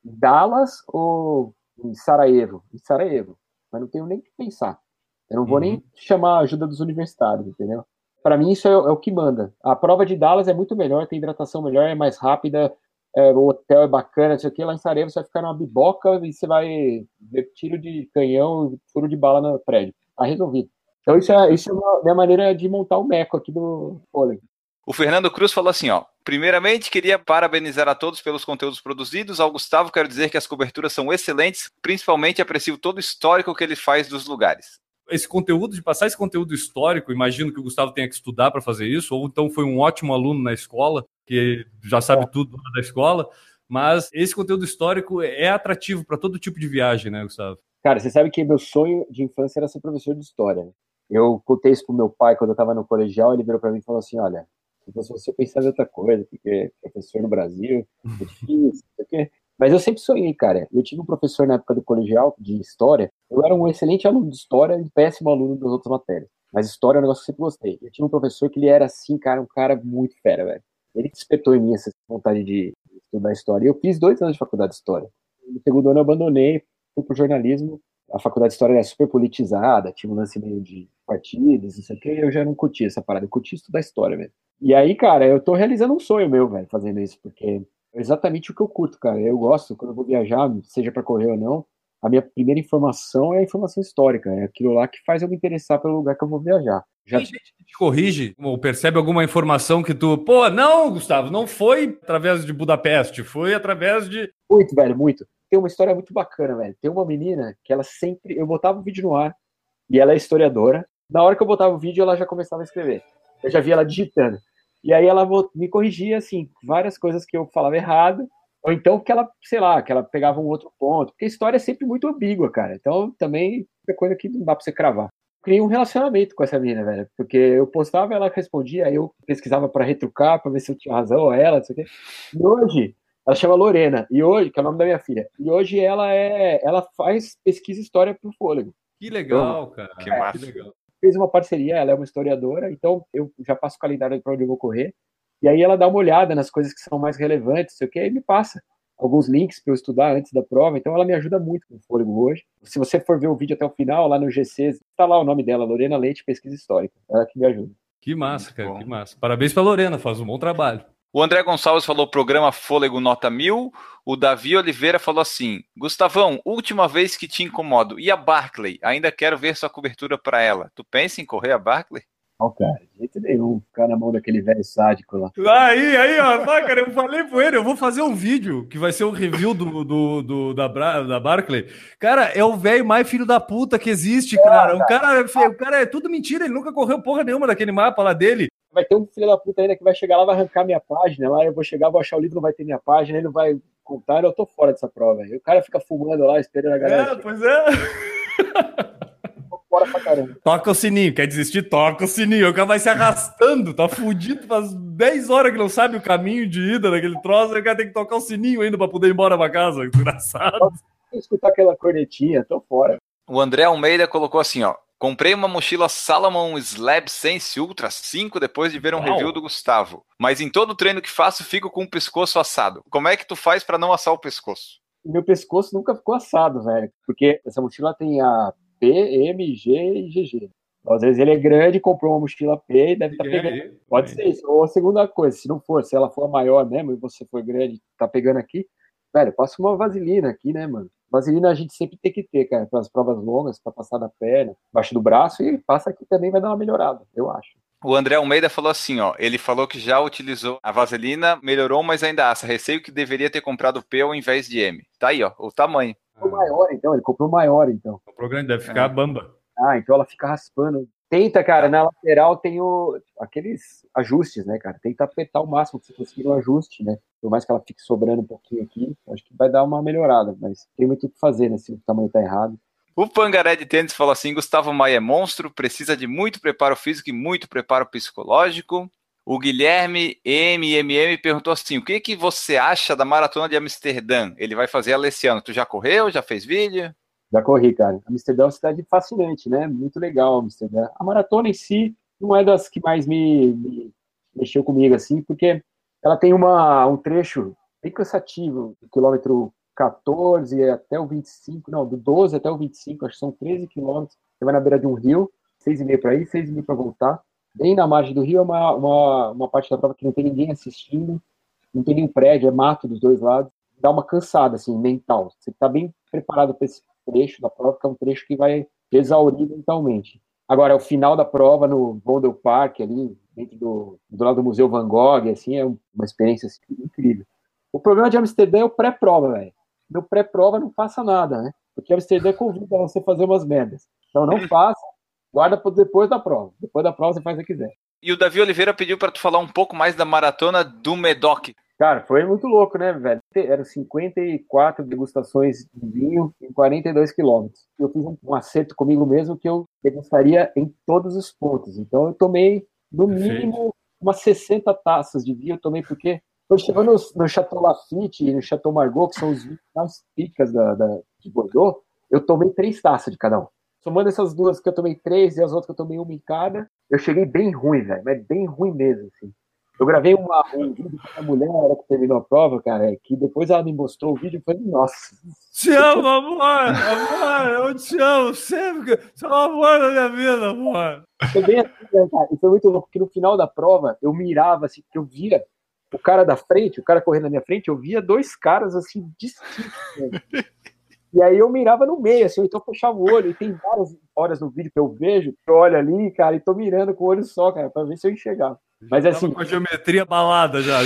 Dallas ou em Sarajevo? Em Sarajevo. Mas não tenho nem que pensar. Eu não vou nem chamar a ajuda dos universitários, entendeu? Para mim, isso é o que manda. A prova de Dallas é muito melhor, tem hidratação melhor, é mais rápida, o hotel é bacana, não sei o que. Lá em Sarajevo você vai ficar numa biboca e você vai ver tiro de canhão, furo de bala no prédio. Tá resolvido. Então isso é a minha maneira de montar o meco aqui do vôlei. O Fernando Cruz falou assim, ó. Primeiramente, queria parabenizar a todos pelos conteúdos produzidos. Ao Gustavo, quero dizer que as coberturas são excelentes, principalmente aprecio todo o histórico que ele faz dos lugares. Esse conteúdo, de passar esse conteúdo histórico, imagino que o Gustavo tenha que estudar para fazer isso, ou então foi um ótimo aluno na escola, que já sabe tudo da escola, mas esse conteúdo histórico é atrativo para todo tipo de viagem, né, Gustavo? Cara, você sabe que meu sonho de infância era ser professor de história, né? Eu contei isso pro meu pai quando eu estava no colegial, ele virou para mim e falou assim, olha, se você pensar em outra coisa, porque professor no Brasil é difícil, porque... Mas eu sempre sonhei, cara. Eu tive um professor na época do colegial de história. Eu era um excelente aluno de história e péssimo aluno das outras matérias. Mas história é um negócio que eu sempre gostei. Eu tive um professor que ele era assim, cara, um cara muito fera, velho. Ele despertou em mim essa vontade de estudar história. E eu fiz 2 anos de faculdade de história. No segundo ano eu abandonei, fui pro jornalismo. A faculdade de história era super politizada, tinha um lance meio de partidos, não sei o que. Eu já não curti essa parada. Eu curti estudar história, velho. E aí, cara, eu tô realizando um sonho meu, velho, fazendo isso, porque é exatamente o que eu curto, cara. Eu gosto, quando eu vou viajar, seja para correr ou não, a minha primeira informação é a informação histórica. É aquilo lá que faz eu me interessar pelo lugar que eu vou viajar. Tem gente que te corrige ou percebe alguma informação que tu... Pô, não, Gustavo, não foi através de Budapeste, foi através de... Muito, velho, muito. Tem uma história muito bacana, velho. Tem uma menina que ela sempre... Eu botava o vídeo no ar e ela é historiadora. Na hora que eu botava o vídeo, ela já começava a escrever. Eu já via ela digitando. E aí ela me corrigia, assim, várias coisas que eu falava errado, ou então que ela, sei lá, que ela pegava um outro ponto, porque a história é sempre muito ambígua, cara, então também é coisa que não dá pra você cravar. Criei um relacionamento com essa menina, velho, porque eu postava, ela respondia, aí eu pesquisava pra retrucar, pra ver se eu tinha razão, ou ela, não sei o quê. E hoje, ela chama Lorena, e hoje, que é o nome da minha filha, e hoje ela faz pesquisa história pro Fôlego. Que legal, cara. Que massa. Que legal. Fez uma parceria, ela é uma historiadora, então eu já passo o calendário para onde eu vou correr, e aí ela dá uma olhada nas coisas que são mais relevantes, sei o que, e me passa alguns links para eu estudar antes da prova, então ela me ajuda muito com o Fôlego hoje. Se você for ver o vídeo até o final, lá no GC, está lá o nome dela, Lorena Leite, Pesquisa Histórica, ela que me ajuda. Que massa, cara, que massa. Parabéns pra Lorena, faz um bom trabalho. O André Gonçalves falou programa Fôlego Nota 1000. O Davi Oliveira falou assim, Gustavão, última vez que te incomodo. E a Barclay? Ainda quero ver sua cobertura para ela. Tu pensa em correr a Barclay? Não, cara, de jeito nenhum. Ficar na mão daquele velho sádico lá. Aí, ó, cara, eu falei pro ele, eu vou fazer um vídeo que vai ser um review da Barclay. Cara, é o velho mais filho da puta que existe, cara. O cara é tudo mentira, ele nunca correu porra nenhuma daquele mapa lá dele. Vai ter um filho da puta ainda que vai chegar lá, vai arrancar minha página, lá eu vou chegar, vou achar o livro, não vai ter minha página, ele não vai contar, eu tô fora dessa prova. E o cara fica fumando lá, esperando a galera. Pois é. Tô fora pra caramba. Toca o sininho, quer desistir? Toca o sininho. O cara vai se arrastando, tá fudido, faz 10 horas que não sabe o caminho de ida daquele troço, aí o cara tem que tocar o sininho ainda pra poder ir embora pra casa. Engraçado. Tem que escutar aquela cornetinha, tô fora. O André Almeida colocou assim, ó. Comprei uma mochila Salomon Slab Sense Ultra 5 depois de ver um review do Gustavo. Mas em todo treino que faço, fico com o pescoço assado. Como é que tu faz pra não assar o pescoço? Meu pescoço nunca ficou assado, velho. Porque essa mochila tem a P, M, G e GG. Às vezes ele é grande, comprou uma mochila P e deve estar pegando. Pode ser isso. Ou a segunda coisa, se não for, se ela for maior mesmo e você for grande, tá pegando aqui, velho, passa uma vaselina aqui, né, mano? Vaselina a gente sempre tem que ter, cara, para as provas longas, para passar na perna, embaixo do braço, e passa aqui também vai dar uma melhorada, eu acho. O André Almeida falou assim, ó, ele falou que já utilizou a vaselina, melhorou, mas ainda assa. Receio que deveria ter comprado P ao invés de M. Tá aí, ó, o tamanho. O maior, então, ele comprou maior, então. O programa deve ficar bamba. Ah, então ela fica raspando. Tenta, cara, na lateral tem aqueles ajustes, né, cara? Tenta apertar o máximo que você conseguir um ajuste, né? Por mais que ela fique sobrando um pouquinho aqui, acho que vai dar uma melhorada, mas tem muito o que fazer, né, se o tamanho tá errado. O Pangaré de Tênis falou assim, Gustavo Maia é monstro, precisa de muito preparo físico e muito preparo psicológico. O Guilherme MMM perguntou assim, o que você acha da Maratona de Amsterdã? Ele vai fazer ela esse ano. Tu já correu? Já fez vídeo? Já corri, cara. Amsterdã é uma cidade fascinante, né? Muito legal Amsterdã. A maratona em si não é das que mais me mexeu comigo, assim, porque ela tem um trecho bem cansativo, do quilômetro 14 até o 25, não, do 12 até o 25, acho que são 13 quilômetros. Você vai na beira de um rio, 6,5 para ir, 6,5 para voltar. Bem na margem do rio é uma parte da prova que não tem ninguém assistindo, não tem nenhum prédio, é mato dos dois lados. Dá uma cansada, assim, mental. Você está bem preparado para esse trecho da prova, que é um trecho que vai te exaurir mentalmente. Agora, o final da prova no Vondel Park, ali, dentro do lado do Museu Van Gogh, assim, é uma experiência assim, incrível. O problema de Amsterdã é o pré-prova, velho. No pré-prova não faça nada, né? Porque Amsterdã convida você a fazer umas merdas. Então não faça, guarda para depois da prova. Depois da prova você faz o que quiser. E o Davi Oliveira pediu para tu falar um pouco mais da maratona do Medoc. Cara, foi muito louco, né, velho? Eram 54 degustações de vinho em 42 quilômetros. Eu fiz um acerto comigo mesmo que eu degustaria em todos os pontos. Então eu tomei, no mínimo, umas 60 taças de vinho. Eu tomei porque quando chegou no Chateau Lafite e no Chateau Margaux, que são os vinhos mais picas de Bordeaux, eu tomei 3 taças de cada um. Somando essas duas que eu tomei 3 e as outras que eu tomei uma em cada, eu cheguei bem ruim, velho. Mas bem ruim mesmo, assim. Eu gravei um vídeo com a mulher, na hora que terminou a prova, cara, que depois ela me mostrou o vídeo e falei, nossa. Te amo, amor, eu te amo sempre, você é o amor da minha vida, amor. Foi bem assim, né, cara? E foi muito louco, porque no final da prova, eu mirava, assim, porque eu via o cara da frente, o cara correndo na minha frente, eu via 2 caras, assim, distintos, né? E aí eu mirava no meio, assim, então eu fechava o olho, e tem várias horas no vídeo que eu vejo, eu olho ali, cara, e tô mirando com o olho só, cara, pra ver se eu enxergava. Mas assim, com a geometria balada já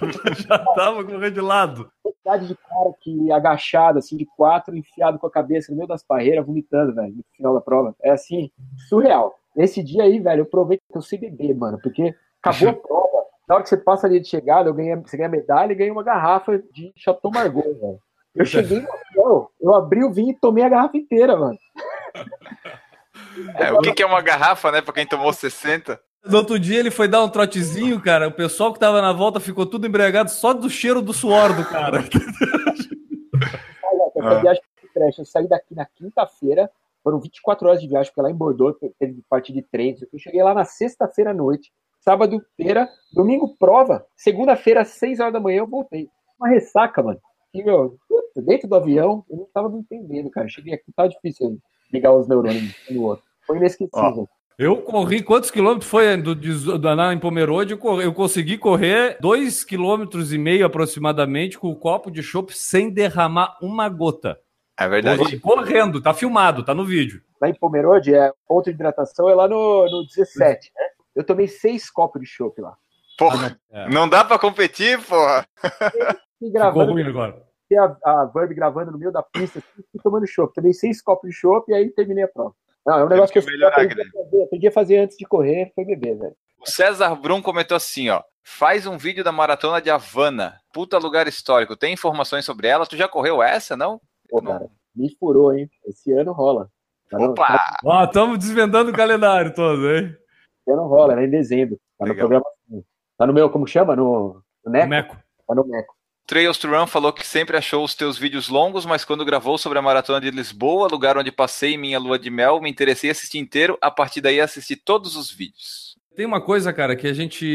tava correndo de lado. Quantidade de cara que agachado, assim, de 4, enfiado com a cabeça no meio das barreiras, vomitando, velho, no final da prova. É assim, surreal. Nesse dia aí, velho, eu provei que eu sei beber, mano, porque acabou a prova. Na hora que você passa ali de chegada, você ganha medalha e ganha uma garrafa de Chateau Margaux, velho. Eu cheguei no hotel, eu abri o vinho e tomei a garrafa inteira, mano. O que é uma garrafa, né, pra quem tomou 60? No outro dia ele foi dar um trotezinho, cara. O pessoal que tava na volta ficou tudo embriagado só do cheiro do suor do cara. Essa viagem foi trash. Eu saí daqui na quinta-feira, foram 24 horas de viagem, porque lá em Bordeaux teve parte de trem. Eu cheguei lá na sexta-feira à noite, sábado feira, domingo prova, segunda-feira às 6 horas da manhã eu voltei. Uma ressaca, mano. E, meu, dentro do avião, eu não tava me entendendo, cara. Eu cheguei aqui, tava difícil ligar os neurônios um no outro. Foi inesquecível. Eu corri, quantos quilômetros foi em Pomerode? Eu consegui correr 2,5 km aproximadamente com o copo de chopp sem derramar uma gota. É verdade. Correndo, tá filmado, tá no vídeo. Lá em Pomerode, ponto de hidratação é lá no 17, né? Eu tomei 6 copos de chopp lá. Porra, não dá pra competir, porra. Ficou ruim agora. Tem a Verb gravando no meio da pista, assim, tomando chopp. Tomei 6 copos de chopp e aí terminei a prova. Não, é um negócio que eu aprendi a fazer antes de correr, foi beber, velho. O César Brum comentou assim, ó. Faz um vídeo da maratona de Havana. Puta lugar histórico. Tem informações sobre ela? Tu já correu essa, não? Pô, cara, me furou, hein? Esse ano rola. Opa! Ó, estamos desvendando o calendário todo, hein? Esse ano rola, né? Em dezembro. Tá no programa. Tá no meu, como chama? No Neco? Tá no Meco. Trails to Run falou que sempre achou os teus vídeos longos, mas quando gravou sobre a Maratona de Lisboa, lugar onde passei minha lua de mel, me interessei em assistir inteiro, a partir daí assisti todos os vídeos. Tem uma coisa, cara, que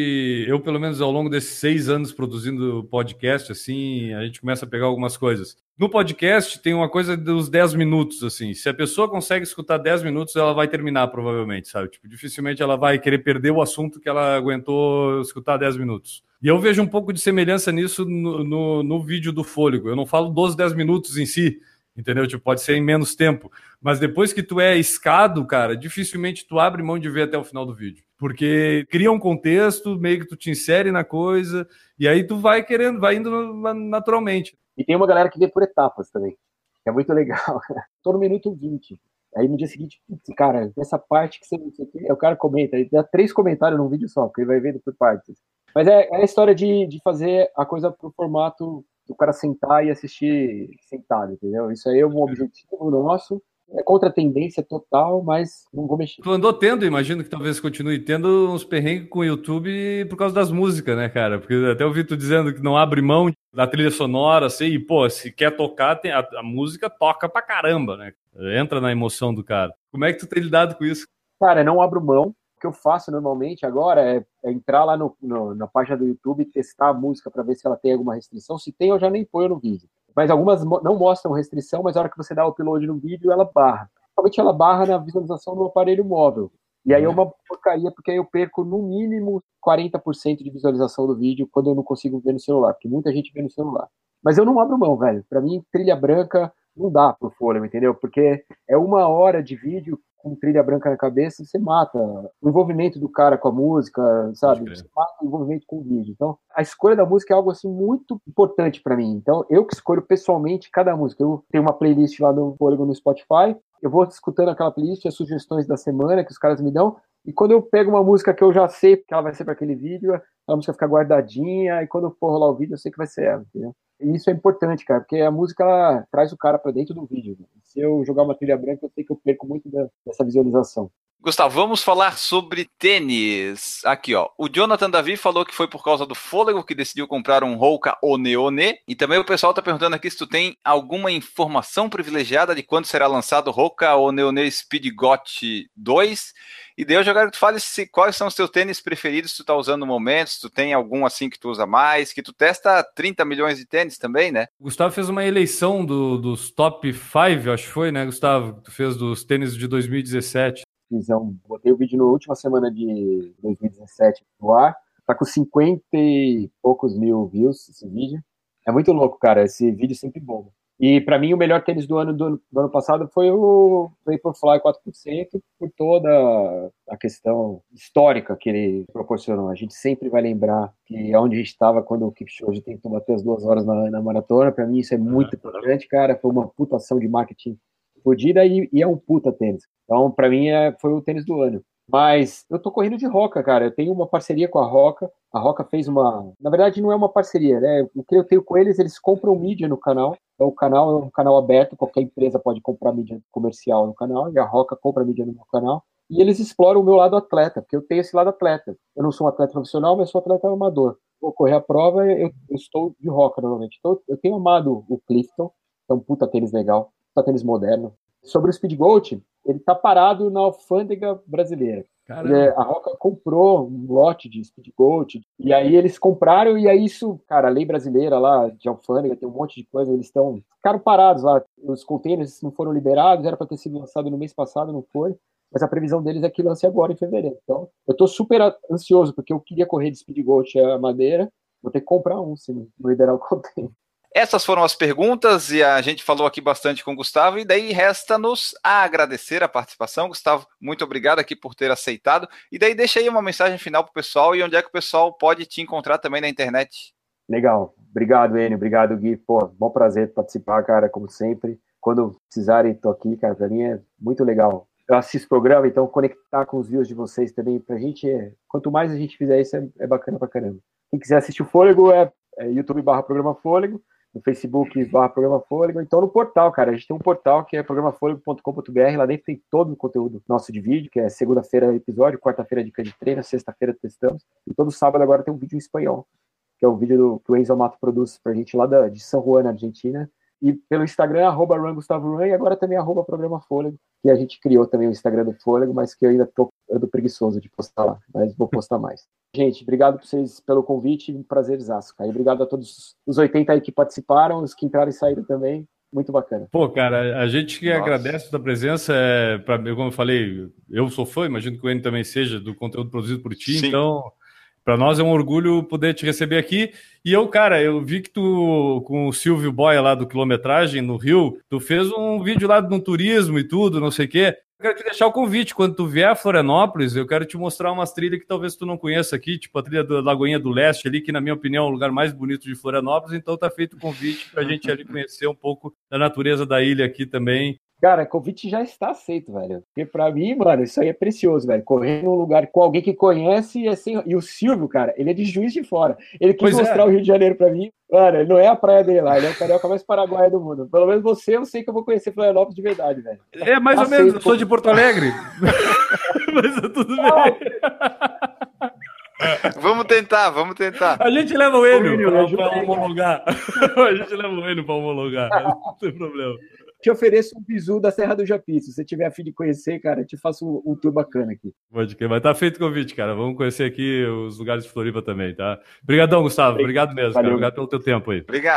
eu pelo menos ao longo desses 6 anos produzindo podcast, assim, a gente começa a pegar algumas coisas. No podcast tem uma coisa dos 10 minutos, assim, se a pessoa consegue escutar 10 minutos, ela vai terminar provavelmente, sabe? Tipo, dificilmente ela vai querer perder o assunto que ela aguentou escutar 10 minutos. E eu vejo um pouco de semelhança nisso no vídeo do Fôlego. Eu não falo dos 10 minutos em si, entendeu? Tipo, pode ser em menos tempo. Mas depois que tu é escado, cara, dificilmente tu abre mão de ver até o final do vídeo. Porque cria um contexto, meio que tu te insere na coisa, e aí tu vai indo naturalmente. E tem uma galera que vê por etapas também, que é muito legal. Tô no minuto 20. Aí no dia seguinte, cara, essa parte que você aqui, o cara comenta, ele dá 3 comentários num vídeo só, porque ele vai vendo por partes. Mas é a história de fazer a coisa pro formato do cara sentar e assistir sentado, entendeu? Isso aí é um objetivo nosso. É contra a tendência total, mas não vou mexer. Tu andou tendo, imagino que talvez continue tendo uns perrengues com o YouTube por causa das músicas, né, cara? Porque até ouvi tu dizendo que não abre mão da trilha sonora, assim, e, pô, se quer tocar, a música toca pra caramba, né? Entra na emoção do cara. Como é que tu tem lidado com isso? Cara, não abro mão. O que eu faço normalmente agora é entrar lá na página do YouTube e testar a música para ver se ela tem alguma restrição. Se tem, eu já nem ponho no vídeo. mas algumas não mostram restrição, mas na hora que você dá o upload no vídeo, ela barra. Principalmente ela barra na visualização do aparelho móvel. E aí é uma porcaria, porque aí eu perco no mínimo 40% de visualização do vídeo quando eu não consigo ver no celular, porque muita gente vê no celular. Mas eu não abro mão, velho. Pra mim, trilha branca não dá pro fôlego, entendeu? Porque é 1 hora de vídeo com trilha branca na cabeça, você mata o envolvimento do cara com a música, sabe? Você mata o envolvimento com o vídeo. Então, a escolha da música é algo, assim, muito importante pra mim. Então, eu que escolho pessoalmente cada música. Eu tenho uma playlist lá no Fôlego no Spotify, eu vou escutando aquela playlist, as sugestões da semana que os caras me dão, e quando eu pego uma música que eu já sei que ela vai ser para aquele vídeo, a música fica guardadinha, e quando eu for rolar o vídeo, eu sei que vai ser ela, entendeu? E isso é importante, cara, porque a música ela traz o cara para dentro do vídeo. Se eu jogar uma trilha branca, eu sei que eu perco muito dessa visualização. Gustavo, vamos falar sobre tênis. Aqui, ó. O Jonathan Davi falou que foi por causa do fôlego que decidiu comprar um Hoka One One. E também o pessoal tá perguntando aqui se tu tem alguma informação privilegiada de quando será lançado o Hoka One One Speed GOT 2. E daí eu quero que tu fale quais são os teus tênis preferidos que tu tá usando no momento, se tu tem algum assim que tu usa mais, que tu testa 30 milhões de tênis também, né? O Gustavo fez uma eleição dos top 5, acho que foi, né, Gustavo? Tu fez dos tênis de 2017. Botei o vídeo na última semana de 2017 no ar, tá com 50 e poucos mil views esse vídeo. É muito louco, cara, esse vídeo sempre bom. E pra mim o melhor tênis do ano passado foi o Vaporfly 4%, por toda a questão histórica que ele proporcionou. A gente sempre vai lembrar que é onde a gente estava quando o Kipchoge tentou bater as 2 horas na maratona. Pra mim isso é muito importante, cara, foi uma puta ação de marketing fodida e é um puta tênis. Então, pra mim, foi o tênis do ano. Mas eu tô correndo de Hoka, cara. Eu tenho uma parceria com a Hoka. A Hoka fez uma... Na verdade, não é uma parceria, né? O que eu tenho com eles compram mídia no canal. Então, o canal é um canal aberto. Qualquer empresa pode comprar mídia comercial no canal. E a Hoka compra mídia no meu canal. E eles exploram o meu lado atleta, porque eu tenho esse lado atleta. Eu não sou um atleta profissional, mas sou atleta amador. Vou correr a prova, eu estou de Hoka, normalmente. Então, eu tenho amado o Clifton, que é um puta tênis legal. Tênis moderno. Sobre o Speed GOAT, ele tá parado na alfândega brasileira. A Hoka comprou um lote de Speed GOAT, e aí eles compraram, e aí isso, cara, a lei brasileira lá de alfândega, tem um monte de coisa, eles ficaram parados lá. Os containers não foram liberados, era para ter sido lançado no mês passado, não foi, mas a previsão deles é que lance agora em fevereiro. Então, eu tô super ansioso, porque eu queria correr de Speed GOAT a madeira, vou ter que comprar um, se não liberar o container. Essas foram as perguntas e a gente falou aqui bastante com o Gustavo e daí resta-nos a agradecer a participação. Gustavo, muito obrigado aqui por ter aceitado. E daí deixa aí uma mensagem final pro pessoal e onde é que o pessoal pode te encontrar também na internet. Legal. Obrigado, Enio. Obrigado, Gui. Pô, bom prazer participar, cara, como sempre. Quando precisarem, tô aqui, cara. Pra mim é muito legal. Eu assisto o programa, então conectar com os views de vocês também, pra gente, quanto mais a gente fizer isso, é bacana pra caramba. Quem quiser assistir o Fôlego é YouTube/Programa Fôlego. No Facebook/Programa Fôlego, então no portal, cara, a gente tem um portal que é programafôlego.com.br, lá dentro tem todo o conteúdo nosso de vídeo, que é segunda-feira episódio, quarta-feira dica de treino, sexta-feira testamos, e todo sábado agora tem um vídeo em espanhol, que é o vídeo que o Enzo Amato produz pra gente lá de San Juan, Argentina, e pelo Instagram, @RunGustavoRun, e agora também @Programa Fôlego, que a gente criou também o Instagram do Fôlego, mas que eu ainda ando preguiçoso de postar lá, mas vou postar mais. Gente, obrigado pra vocês pelo convite, um prazerzaço, cara. E obrigado a todos os 80 aí que participaram, os que entraram e saíram também, muito bacana. Pô, cara, a gente que agradece a tua presença, como eu falei, eu sou fã, imagino que o Enio também seja, do conteúdo produzido por ti, Sim. Então... Para nós é um orgulho poder te receber aqui. E eu vi que tu, com o Silvio Boia lá do Quilometragem, no Rio, tu fez um vídeo lá no turismo e tudo, não sei o quê. Eu quero te deixar o convite. Quando tu vier a Florianópolis, eu quero te mostrar umas trilhas que talvez tu não conheça aqui, tipo a trilha da Lagoinha do Leste ali, que na minha opinião é o lugar mais bonito de Florianópolis. Então tá feito o convite para a gente ali conhecer um pouco da natureza da ilha aqui também. Cara, o convite já está aceito, velho. Porque pra mim, mano, isso aí é precioso, velho. Correr num lugar com alguém que conhece e o Silvio, cara, ele é de Juiz de Fora. Ele quis mostrar o Rio de Janeiro pra mim. Mano, ele não é a praia dele lá, ele é o carioca mais paraguaia do mundo. Pelo menos você, eu sei que eu vou conhecer Florianópolis de verdade, velho. É, mais ou menos, eu sou de Porto Alegre. Mas tudo bem. Vamos tentar. A gente leva o Enio pra homologar. A gente leva o Enio pra homologar. Não tem problema. Te ofereço um bizu da Serra do Japi. Se você tiver a fim de conhecer, cara, eu te faço um tour bacana aqui. Pode crer, mas tá feito o convite, cara. Vamos conhecer aqui os lugares de Floripa também, tá? Obrigadão, Gustavo. Obrigado mesmo, cara. Obrigado pelo teu tempo aí. Obrigado.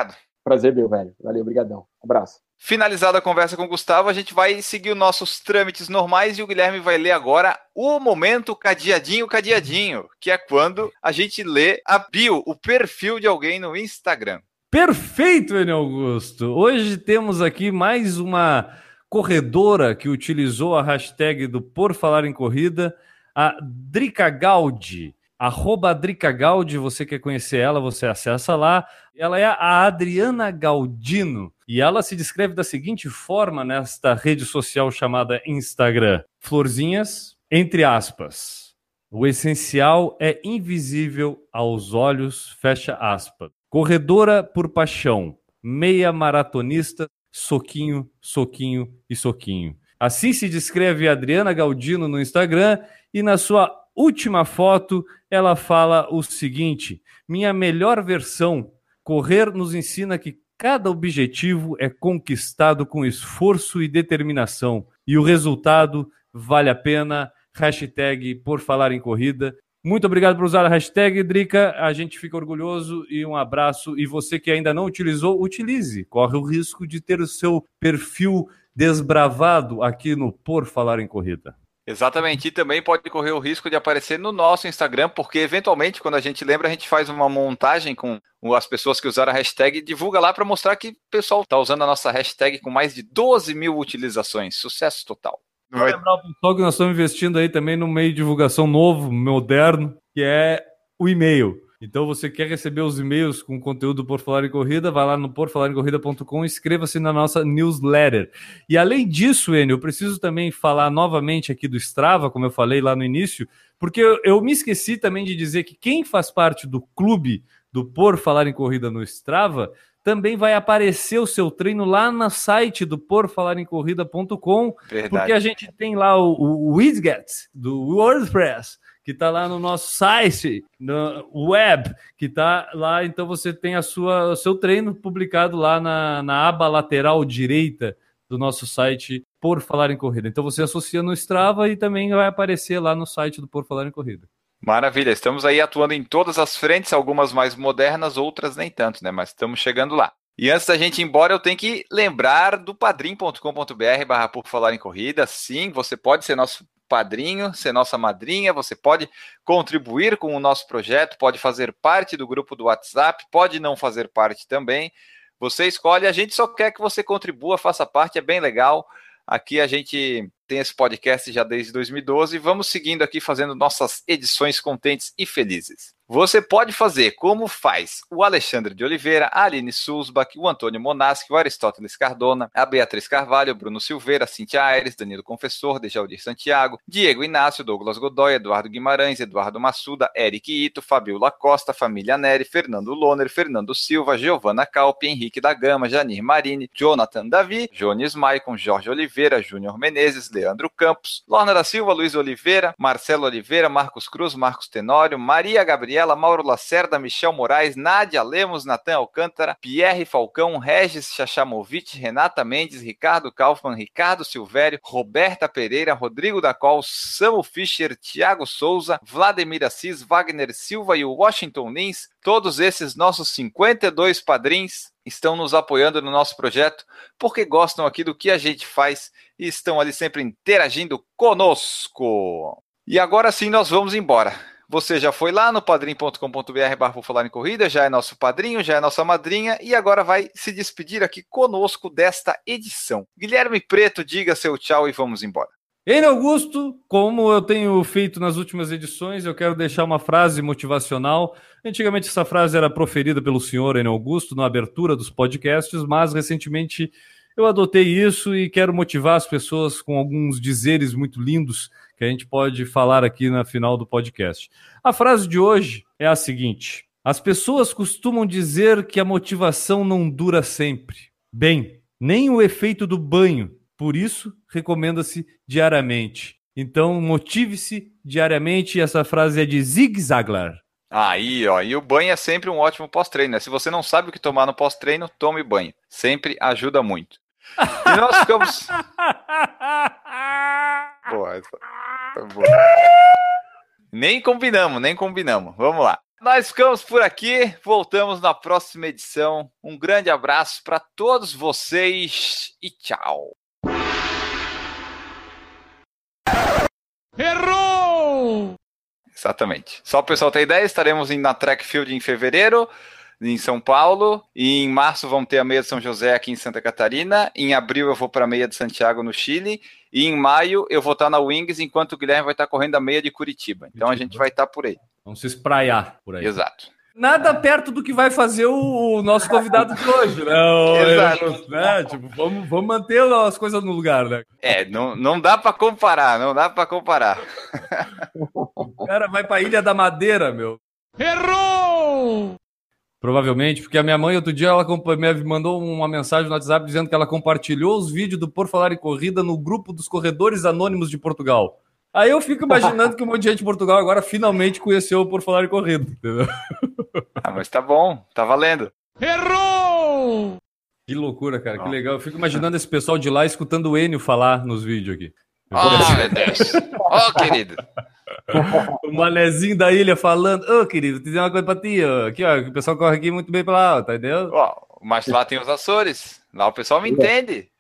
Prazer meu, velho. Valeu, brigadão. Abraço. Finalizada a conversa com o Gustavo, a gente vai seguir os nossos trâmites normais e o Guilherme vai ler agora o momento cadeadinho, que é quando a gente lê a bio, o perfil de alguém no Instagram. Perfeito, Enio Augusto. Hoje temos aqui mais uma corredora que utilizou a hashtag do Por Falar em Corrida, a Drica Gaudi. @Drica Gaudi, você quer conhecer ela, você acessa lá. Ela é a Adriana Galdino e ela se descreve da seguinte forma nesta rede social chamada Instagram. Florzinhas, entre aspas. O essencial é invisível aos olhos, fecha aspas. Corredora por paixão, meia maratonista, soquinho, soquinho e soquinho. Assim se descreve a Adriana Galdino no Instagram e na sua última foto ela fala o seguinte: minha melhor versão, correr nos ensina que cada objetivo é conquistado com esforço e determinação e o resultado vale a pena, hashtag Por Falar em Corrida. Muito obrigado por usar a hashtag, Drica, a gente fica orgulhoso e um abraço. E você que ainda não utilizou, utilize. Corre o risco de ter o seu perfil desbravado aqui no Por Falar em Corrida. Exatamente, e também pode correr o risco de aparecer no nosso Instagram, porque eventualmente, quando a gente lembra, a gente faz uma montagem com as pessoas que usaram a hashtag e divulga lá para mostrar que o pessoal está usando a nossa hashtag com mais de 12 mil utilizações. Sucesso total. Vou lembrar o pessoal que nós estamos investindo aí também no meio de divulgação novo, moderno, que é o e-mail. Então, você quer receber os e-mails com conteúdo Por Falar em Corrida, vai lá no porfalarencorrida.com e inscreva-se na nossa newsletter. E além disso, Enio, eu preciso também falar novamente aqui do Strava, como eu falei lá no início, porque eu me esqueci também de dizer que quem faz parte do clube do Por Falar em Corrida no Strava também vai aparecer o seu treino lá no site do porfalarencorrida.com, porque a gente tem lá o widget do WordPress, que está lá no nosso site, no web, que está lá, então você tem o seu treino publicado lá na aba lateral direita do nosso site Por Falar em Corrida. Então você associa no Strava e também vai aparecer lá no site do Por Falar em Corrida. Maravilha, estamos aí atuando em todas as frentes, algumas mais modernas, outras nem tanto, né? Mas estamos chegando lá. E antes da gente ir embora, eu tenho que lembrar do padrim.com.br/Por Falar em Corrida. Sim, você pode ser nosso padrinho, ser nossa madrinha, você pode contribuir com o nosso projeto, pode fazer parte do grupo do WhatsApp, pode não fazer parte também. Você escolhe, a gente só quer que você contribua, faça parte, é bem legal. Aqui a gente tem esse podcast já desde 2012 e vamos seguindo aqui fazendo nossas edições contentes e felizes. Você pode fazer como faz o Alexandre de Oliveira, a Aline Sulzbach, o Antônio Monaschi, o Aristóteles Cardona, a Beatriz Carvalho, o Bruno Silveira, a Cíntia Aires, Danilo Confessor, Dejaldir Santiago, Diego Inácio, Douglas Godoy, Eduardo Guimarães, Eduardo Massuda, Eric Ito, Fabiola Costa, Família Neri, Fernando Loner, Fernando Silva, Giovana Calpe, Henrique da Gama, Janir Marini, Jonathan Davi, Jones Maicon, Jorge Oliveira, Júnior Menezes, Leandro Campos, Lorna da Silva, Luiz Oliveira, Marcelo Oliveira, Marcos Cruz, Marcos Tenório, Maria Gabriela, Mauro Lacerda, Michel Moraes, Nádia Lemos, Natan Alcântara, Pierre Falcão, Regis Chachamovic, Renata Mendes, Ricardo Kaufmann, Ricardo Silvério, Roberta Pereira, Rodrigo da Col, Samu Fischer, Thiago Souza, Vladimir Assis, Wagner Silva e o Washington Lins. Todos esses nossos 52 padrinhos estão nos apoiando no nosso projeto porque gostam aqui do que a gente faz e estão ali sempre interagindo conosco. E agora sim nós vamos embora. Você já foi lá no padrim.com.br/Por Falar em Corrida, já é nosso padrinho, já é nossa madrinha e agora vai se despedir aqui conosco desta edição. Guilherme Preto, diga seu tchau e vamos embora. Enio Augusto, como eu tenho feito nas últimas edições, eu quero deixar uma frase motivacional. Antigamente essa frase era proferida pelo senhor Enio Augusto na abertura dos podcasts, mas recentemente eu adotei isso e quero motivar as pessoas com alguns dizeres muito lindos que a gente pode falar aqui na final do podcast. A frase de hoje é a seguinte: as pessoas costumam dizer que a motivação não dura sempre. Bem, nem o efeito do banho. Por isso, recomenda-se diariamente. Então, motive-se diariamente. Essa frase é de Zig Ziglar. Aí, ó, e o banho é sempre um ótimo pós-treino, né? Se você não sabe o que tomar no pós-treino, tome banho. Sempre ajuda muito. E nós ficamos... Pô, essa... tá boa. Nem combinamos. Vamos lá. Nós ficamos por aqui, voltamos na próxima edição. Um grande abraço para todos vocês e tchau. Errou! Exatamente. Só o pessoal ter ideia, estaremos na Track Field em fevereiro, em São Paulo, e em março vamos ter a meia de São José aqui em Santa Catarina, em abril eu vou para a meia de Santiago no Chile, e em maio eu vou estar na Wings, enquanto o Guilherme vai estar correndo a meia de Curitiba. Então a gente vai estar por aí. Vamos se espraiar por aí. Exato. Nada perto do que vai fazer o nosso convidado de hoje, né? Exato. Né? Tipo, vamos manter as coisas no lugar, né? Não dá para comparar, não dá para comparar. O cara vai pra Ilha da Madeira, meu. Errou! Provavelmente, porque a minha mãe, outro dia, ela me mandou uma mensagem no WhatsApp dizendo que ela compartilhou os vídeos do Por Falar em Corrida no grupo dos Corredores Anônimos de Portugal. Aí eu fico imaginando que um monte de gente de Portugal agora finalmente conheceu o Por Falar em Corrida, entendeu? Mas tá bom, tá valendo. Errou! Que loucura, cara, que legal. Eu fico imaginando esse pessoal de lá escutando o Enio falar nos vídeos aqui. Meu Deus. Querido. O manezinho da ilha falando, querido, te dizer uma coisa pra ti, aqui, ó, o pessoal corre aqui muito bem pra lá, tá entendendo? Mas lá tem os Açores, lá o pessoal me entende.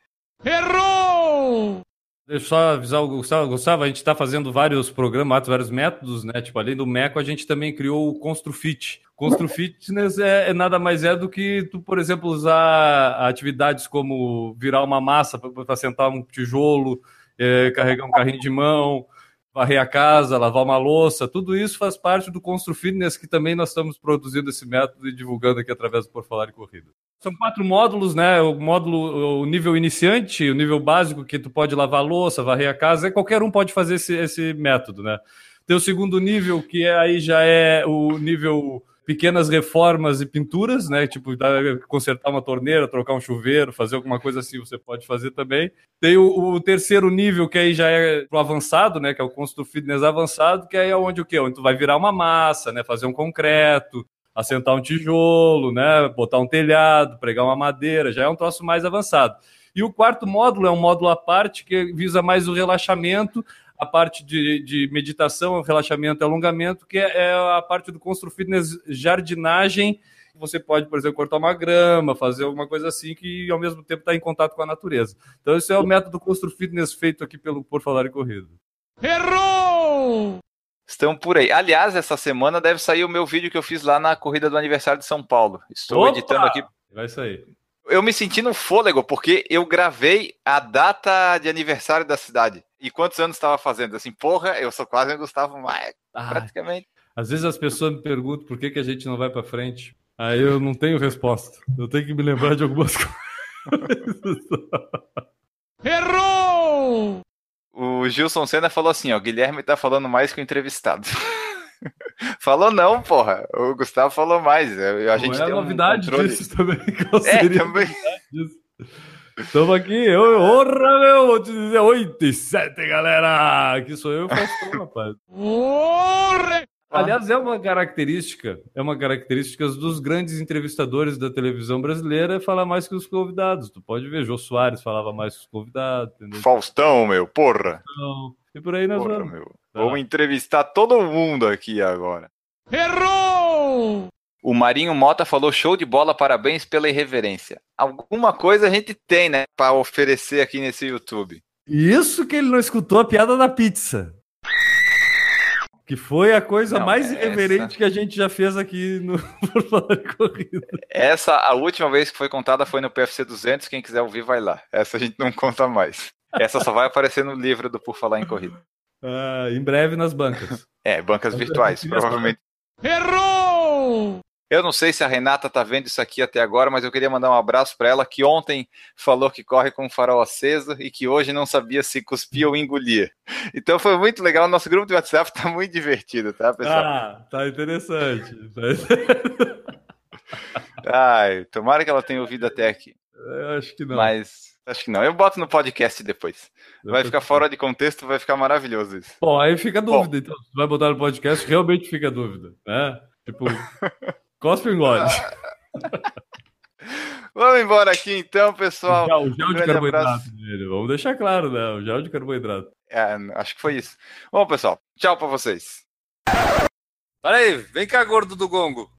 Errou! Deixa eu só avisar o Gustavo, a gente tá fazendo vários programas, vários métodos, né, tipo, além do Meco, a gente também criou o ConstruFit. ConstruFitness é nada mais do que tu, por exemplo, usar atividades como virar uma massa para sentar um tijolo, carregar um carrinho de mão, varrer a casa, lavar uma louça, tudo isso faz parte do ConstruFitness, que também nós estamos produzindo esse método e divulgando aqui através do Por Falar em Corrida. São 4 módulos, né? O módulo, o nível iniciante, o nível básico, que tu pode lavar a louça, varrer a casa, qualquer um pode fazer esse método, né? Tem o segundo nível, que aí já é o nível pequenas reformas e pinturas, né? Tipo, consertar uma torneira, trocar um chuveiro, fazer alguma coisa assim, você pode fazer também. Tem o terceiro nível, que aí já é pro avançado, né? Que é o ConstruFitness avançado, que aí é onde o quê? Onde tu vai virar uma massa, né? Fazer um concreto, assentar um tijolo, né? Botar um telhado, pregar uma madeira, já é um troço mais avançado. E o quarto módulo é um módulo à parte que visa mais o relaxamento, a parte de meditação, relaxamento e alongamento, que é a parte do ConstruFitness jardinagem. Você pode, por exemplo, cortar uma grama, fazer alguma coisa assim, que ao mesmo tempo está em contato com a natureza. Então esse é o método ConstruFitness feito aqui pelo Por Falar em Corrida. Errou! Estão por aí. Aliás, essa semana deve sair o meu vídeo que eu fiz lá na corrida do aniversário de São Paulo. Estou editando aqui. Vai sair. Eu me senti no fôlego, porque eu gravei a data de aniversário da cidade. E quantos anos estava fazendo? Assim, porra, eu sou quase um Gustavo Maia, praticamente. Às vezes as pessoas me perguntam por que a gente não vai para frente. Aí eu não tenho resposta. Eu tenho que me lembrar de algumas coisas. Errou! O Gilson Senna falou assim, ó, Guilherme tá falando mais que o entrevistado. Falou não, porra. O Gustavo falou mais. A gente tem novidade disso também. Também. Estamos aqui. Orra, meu! Vou te dizer 8h07, galera! Aqui sou eu e faço, rapaz. Aliás, é uma característica dos grandes entrevistadores da televisão brasileira falar mais que os convidados. Tu pode ver, Jô Soares falava mais que os convidados. Entendeu? Faustão, meu, porra. E por aí nós vamos. Meu. Vamos entrevistar todo mundo aqui agora. Errou! O Marinho Mota falou, show de bola, parabéns pela irreverência. Alguma coisa a gente tem, né, para oferecer aqui nesse YouTube. Isso que ele não escutou a piada da pizza. Que foi a coisa mais irreverente que a gente já fez aqui no Por Falar em Corrida. A última vez que foi contada foi no PFC 200, quem quiser ouvir vai lá. Essa a gente não conta mais. Essa só vai aparecer no livro do Por Falar em Corrida. Em breve nas bancas. Bancas virtuais, provavelmente. Errou! Eu não sei se a Renata tá vendo isso aqui até agora, mas eu queria mandar um abraço para ela, que ontem falou que corre com o farol aceso e que hoje não sabia se cuspia ou engolia. Então foi muito legal, nosso grupo de WhatsApp tá muito divertido, tá, pessoal? Tá interessante. Ai, tomara que ela tenha ouvido até aqui. Eu acho que não. Mas acho que não. Eu boto no podcast depois. Vai ficar fora de contexto, vai ficar maravilhoso isso. Bom, aí fica a dúvida. Então, se vai botar no podcast, realmente fica a dúvida, né? Tipo, cospe e engole. Vamos embora aqui então, pessoal. O gel de carboidrato dele. Vamos deixar claro, né? O gel de carboidrato. Acho que foi isso. Bom, pessoal, tchau pra vocês. Peraí, vem cá, gordo do gongo.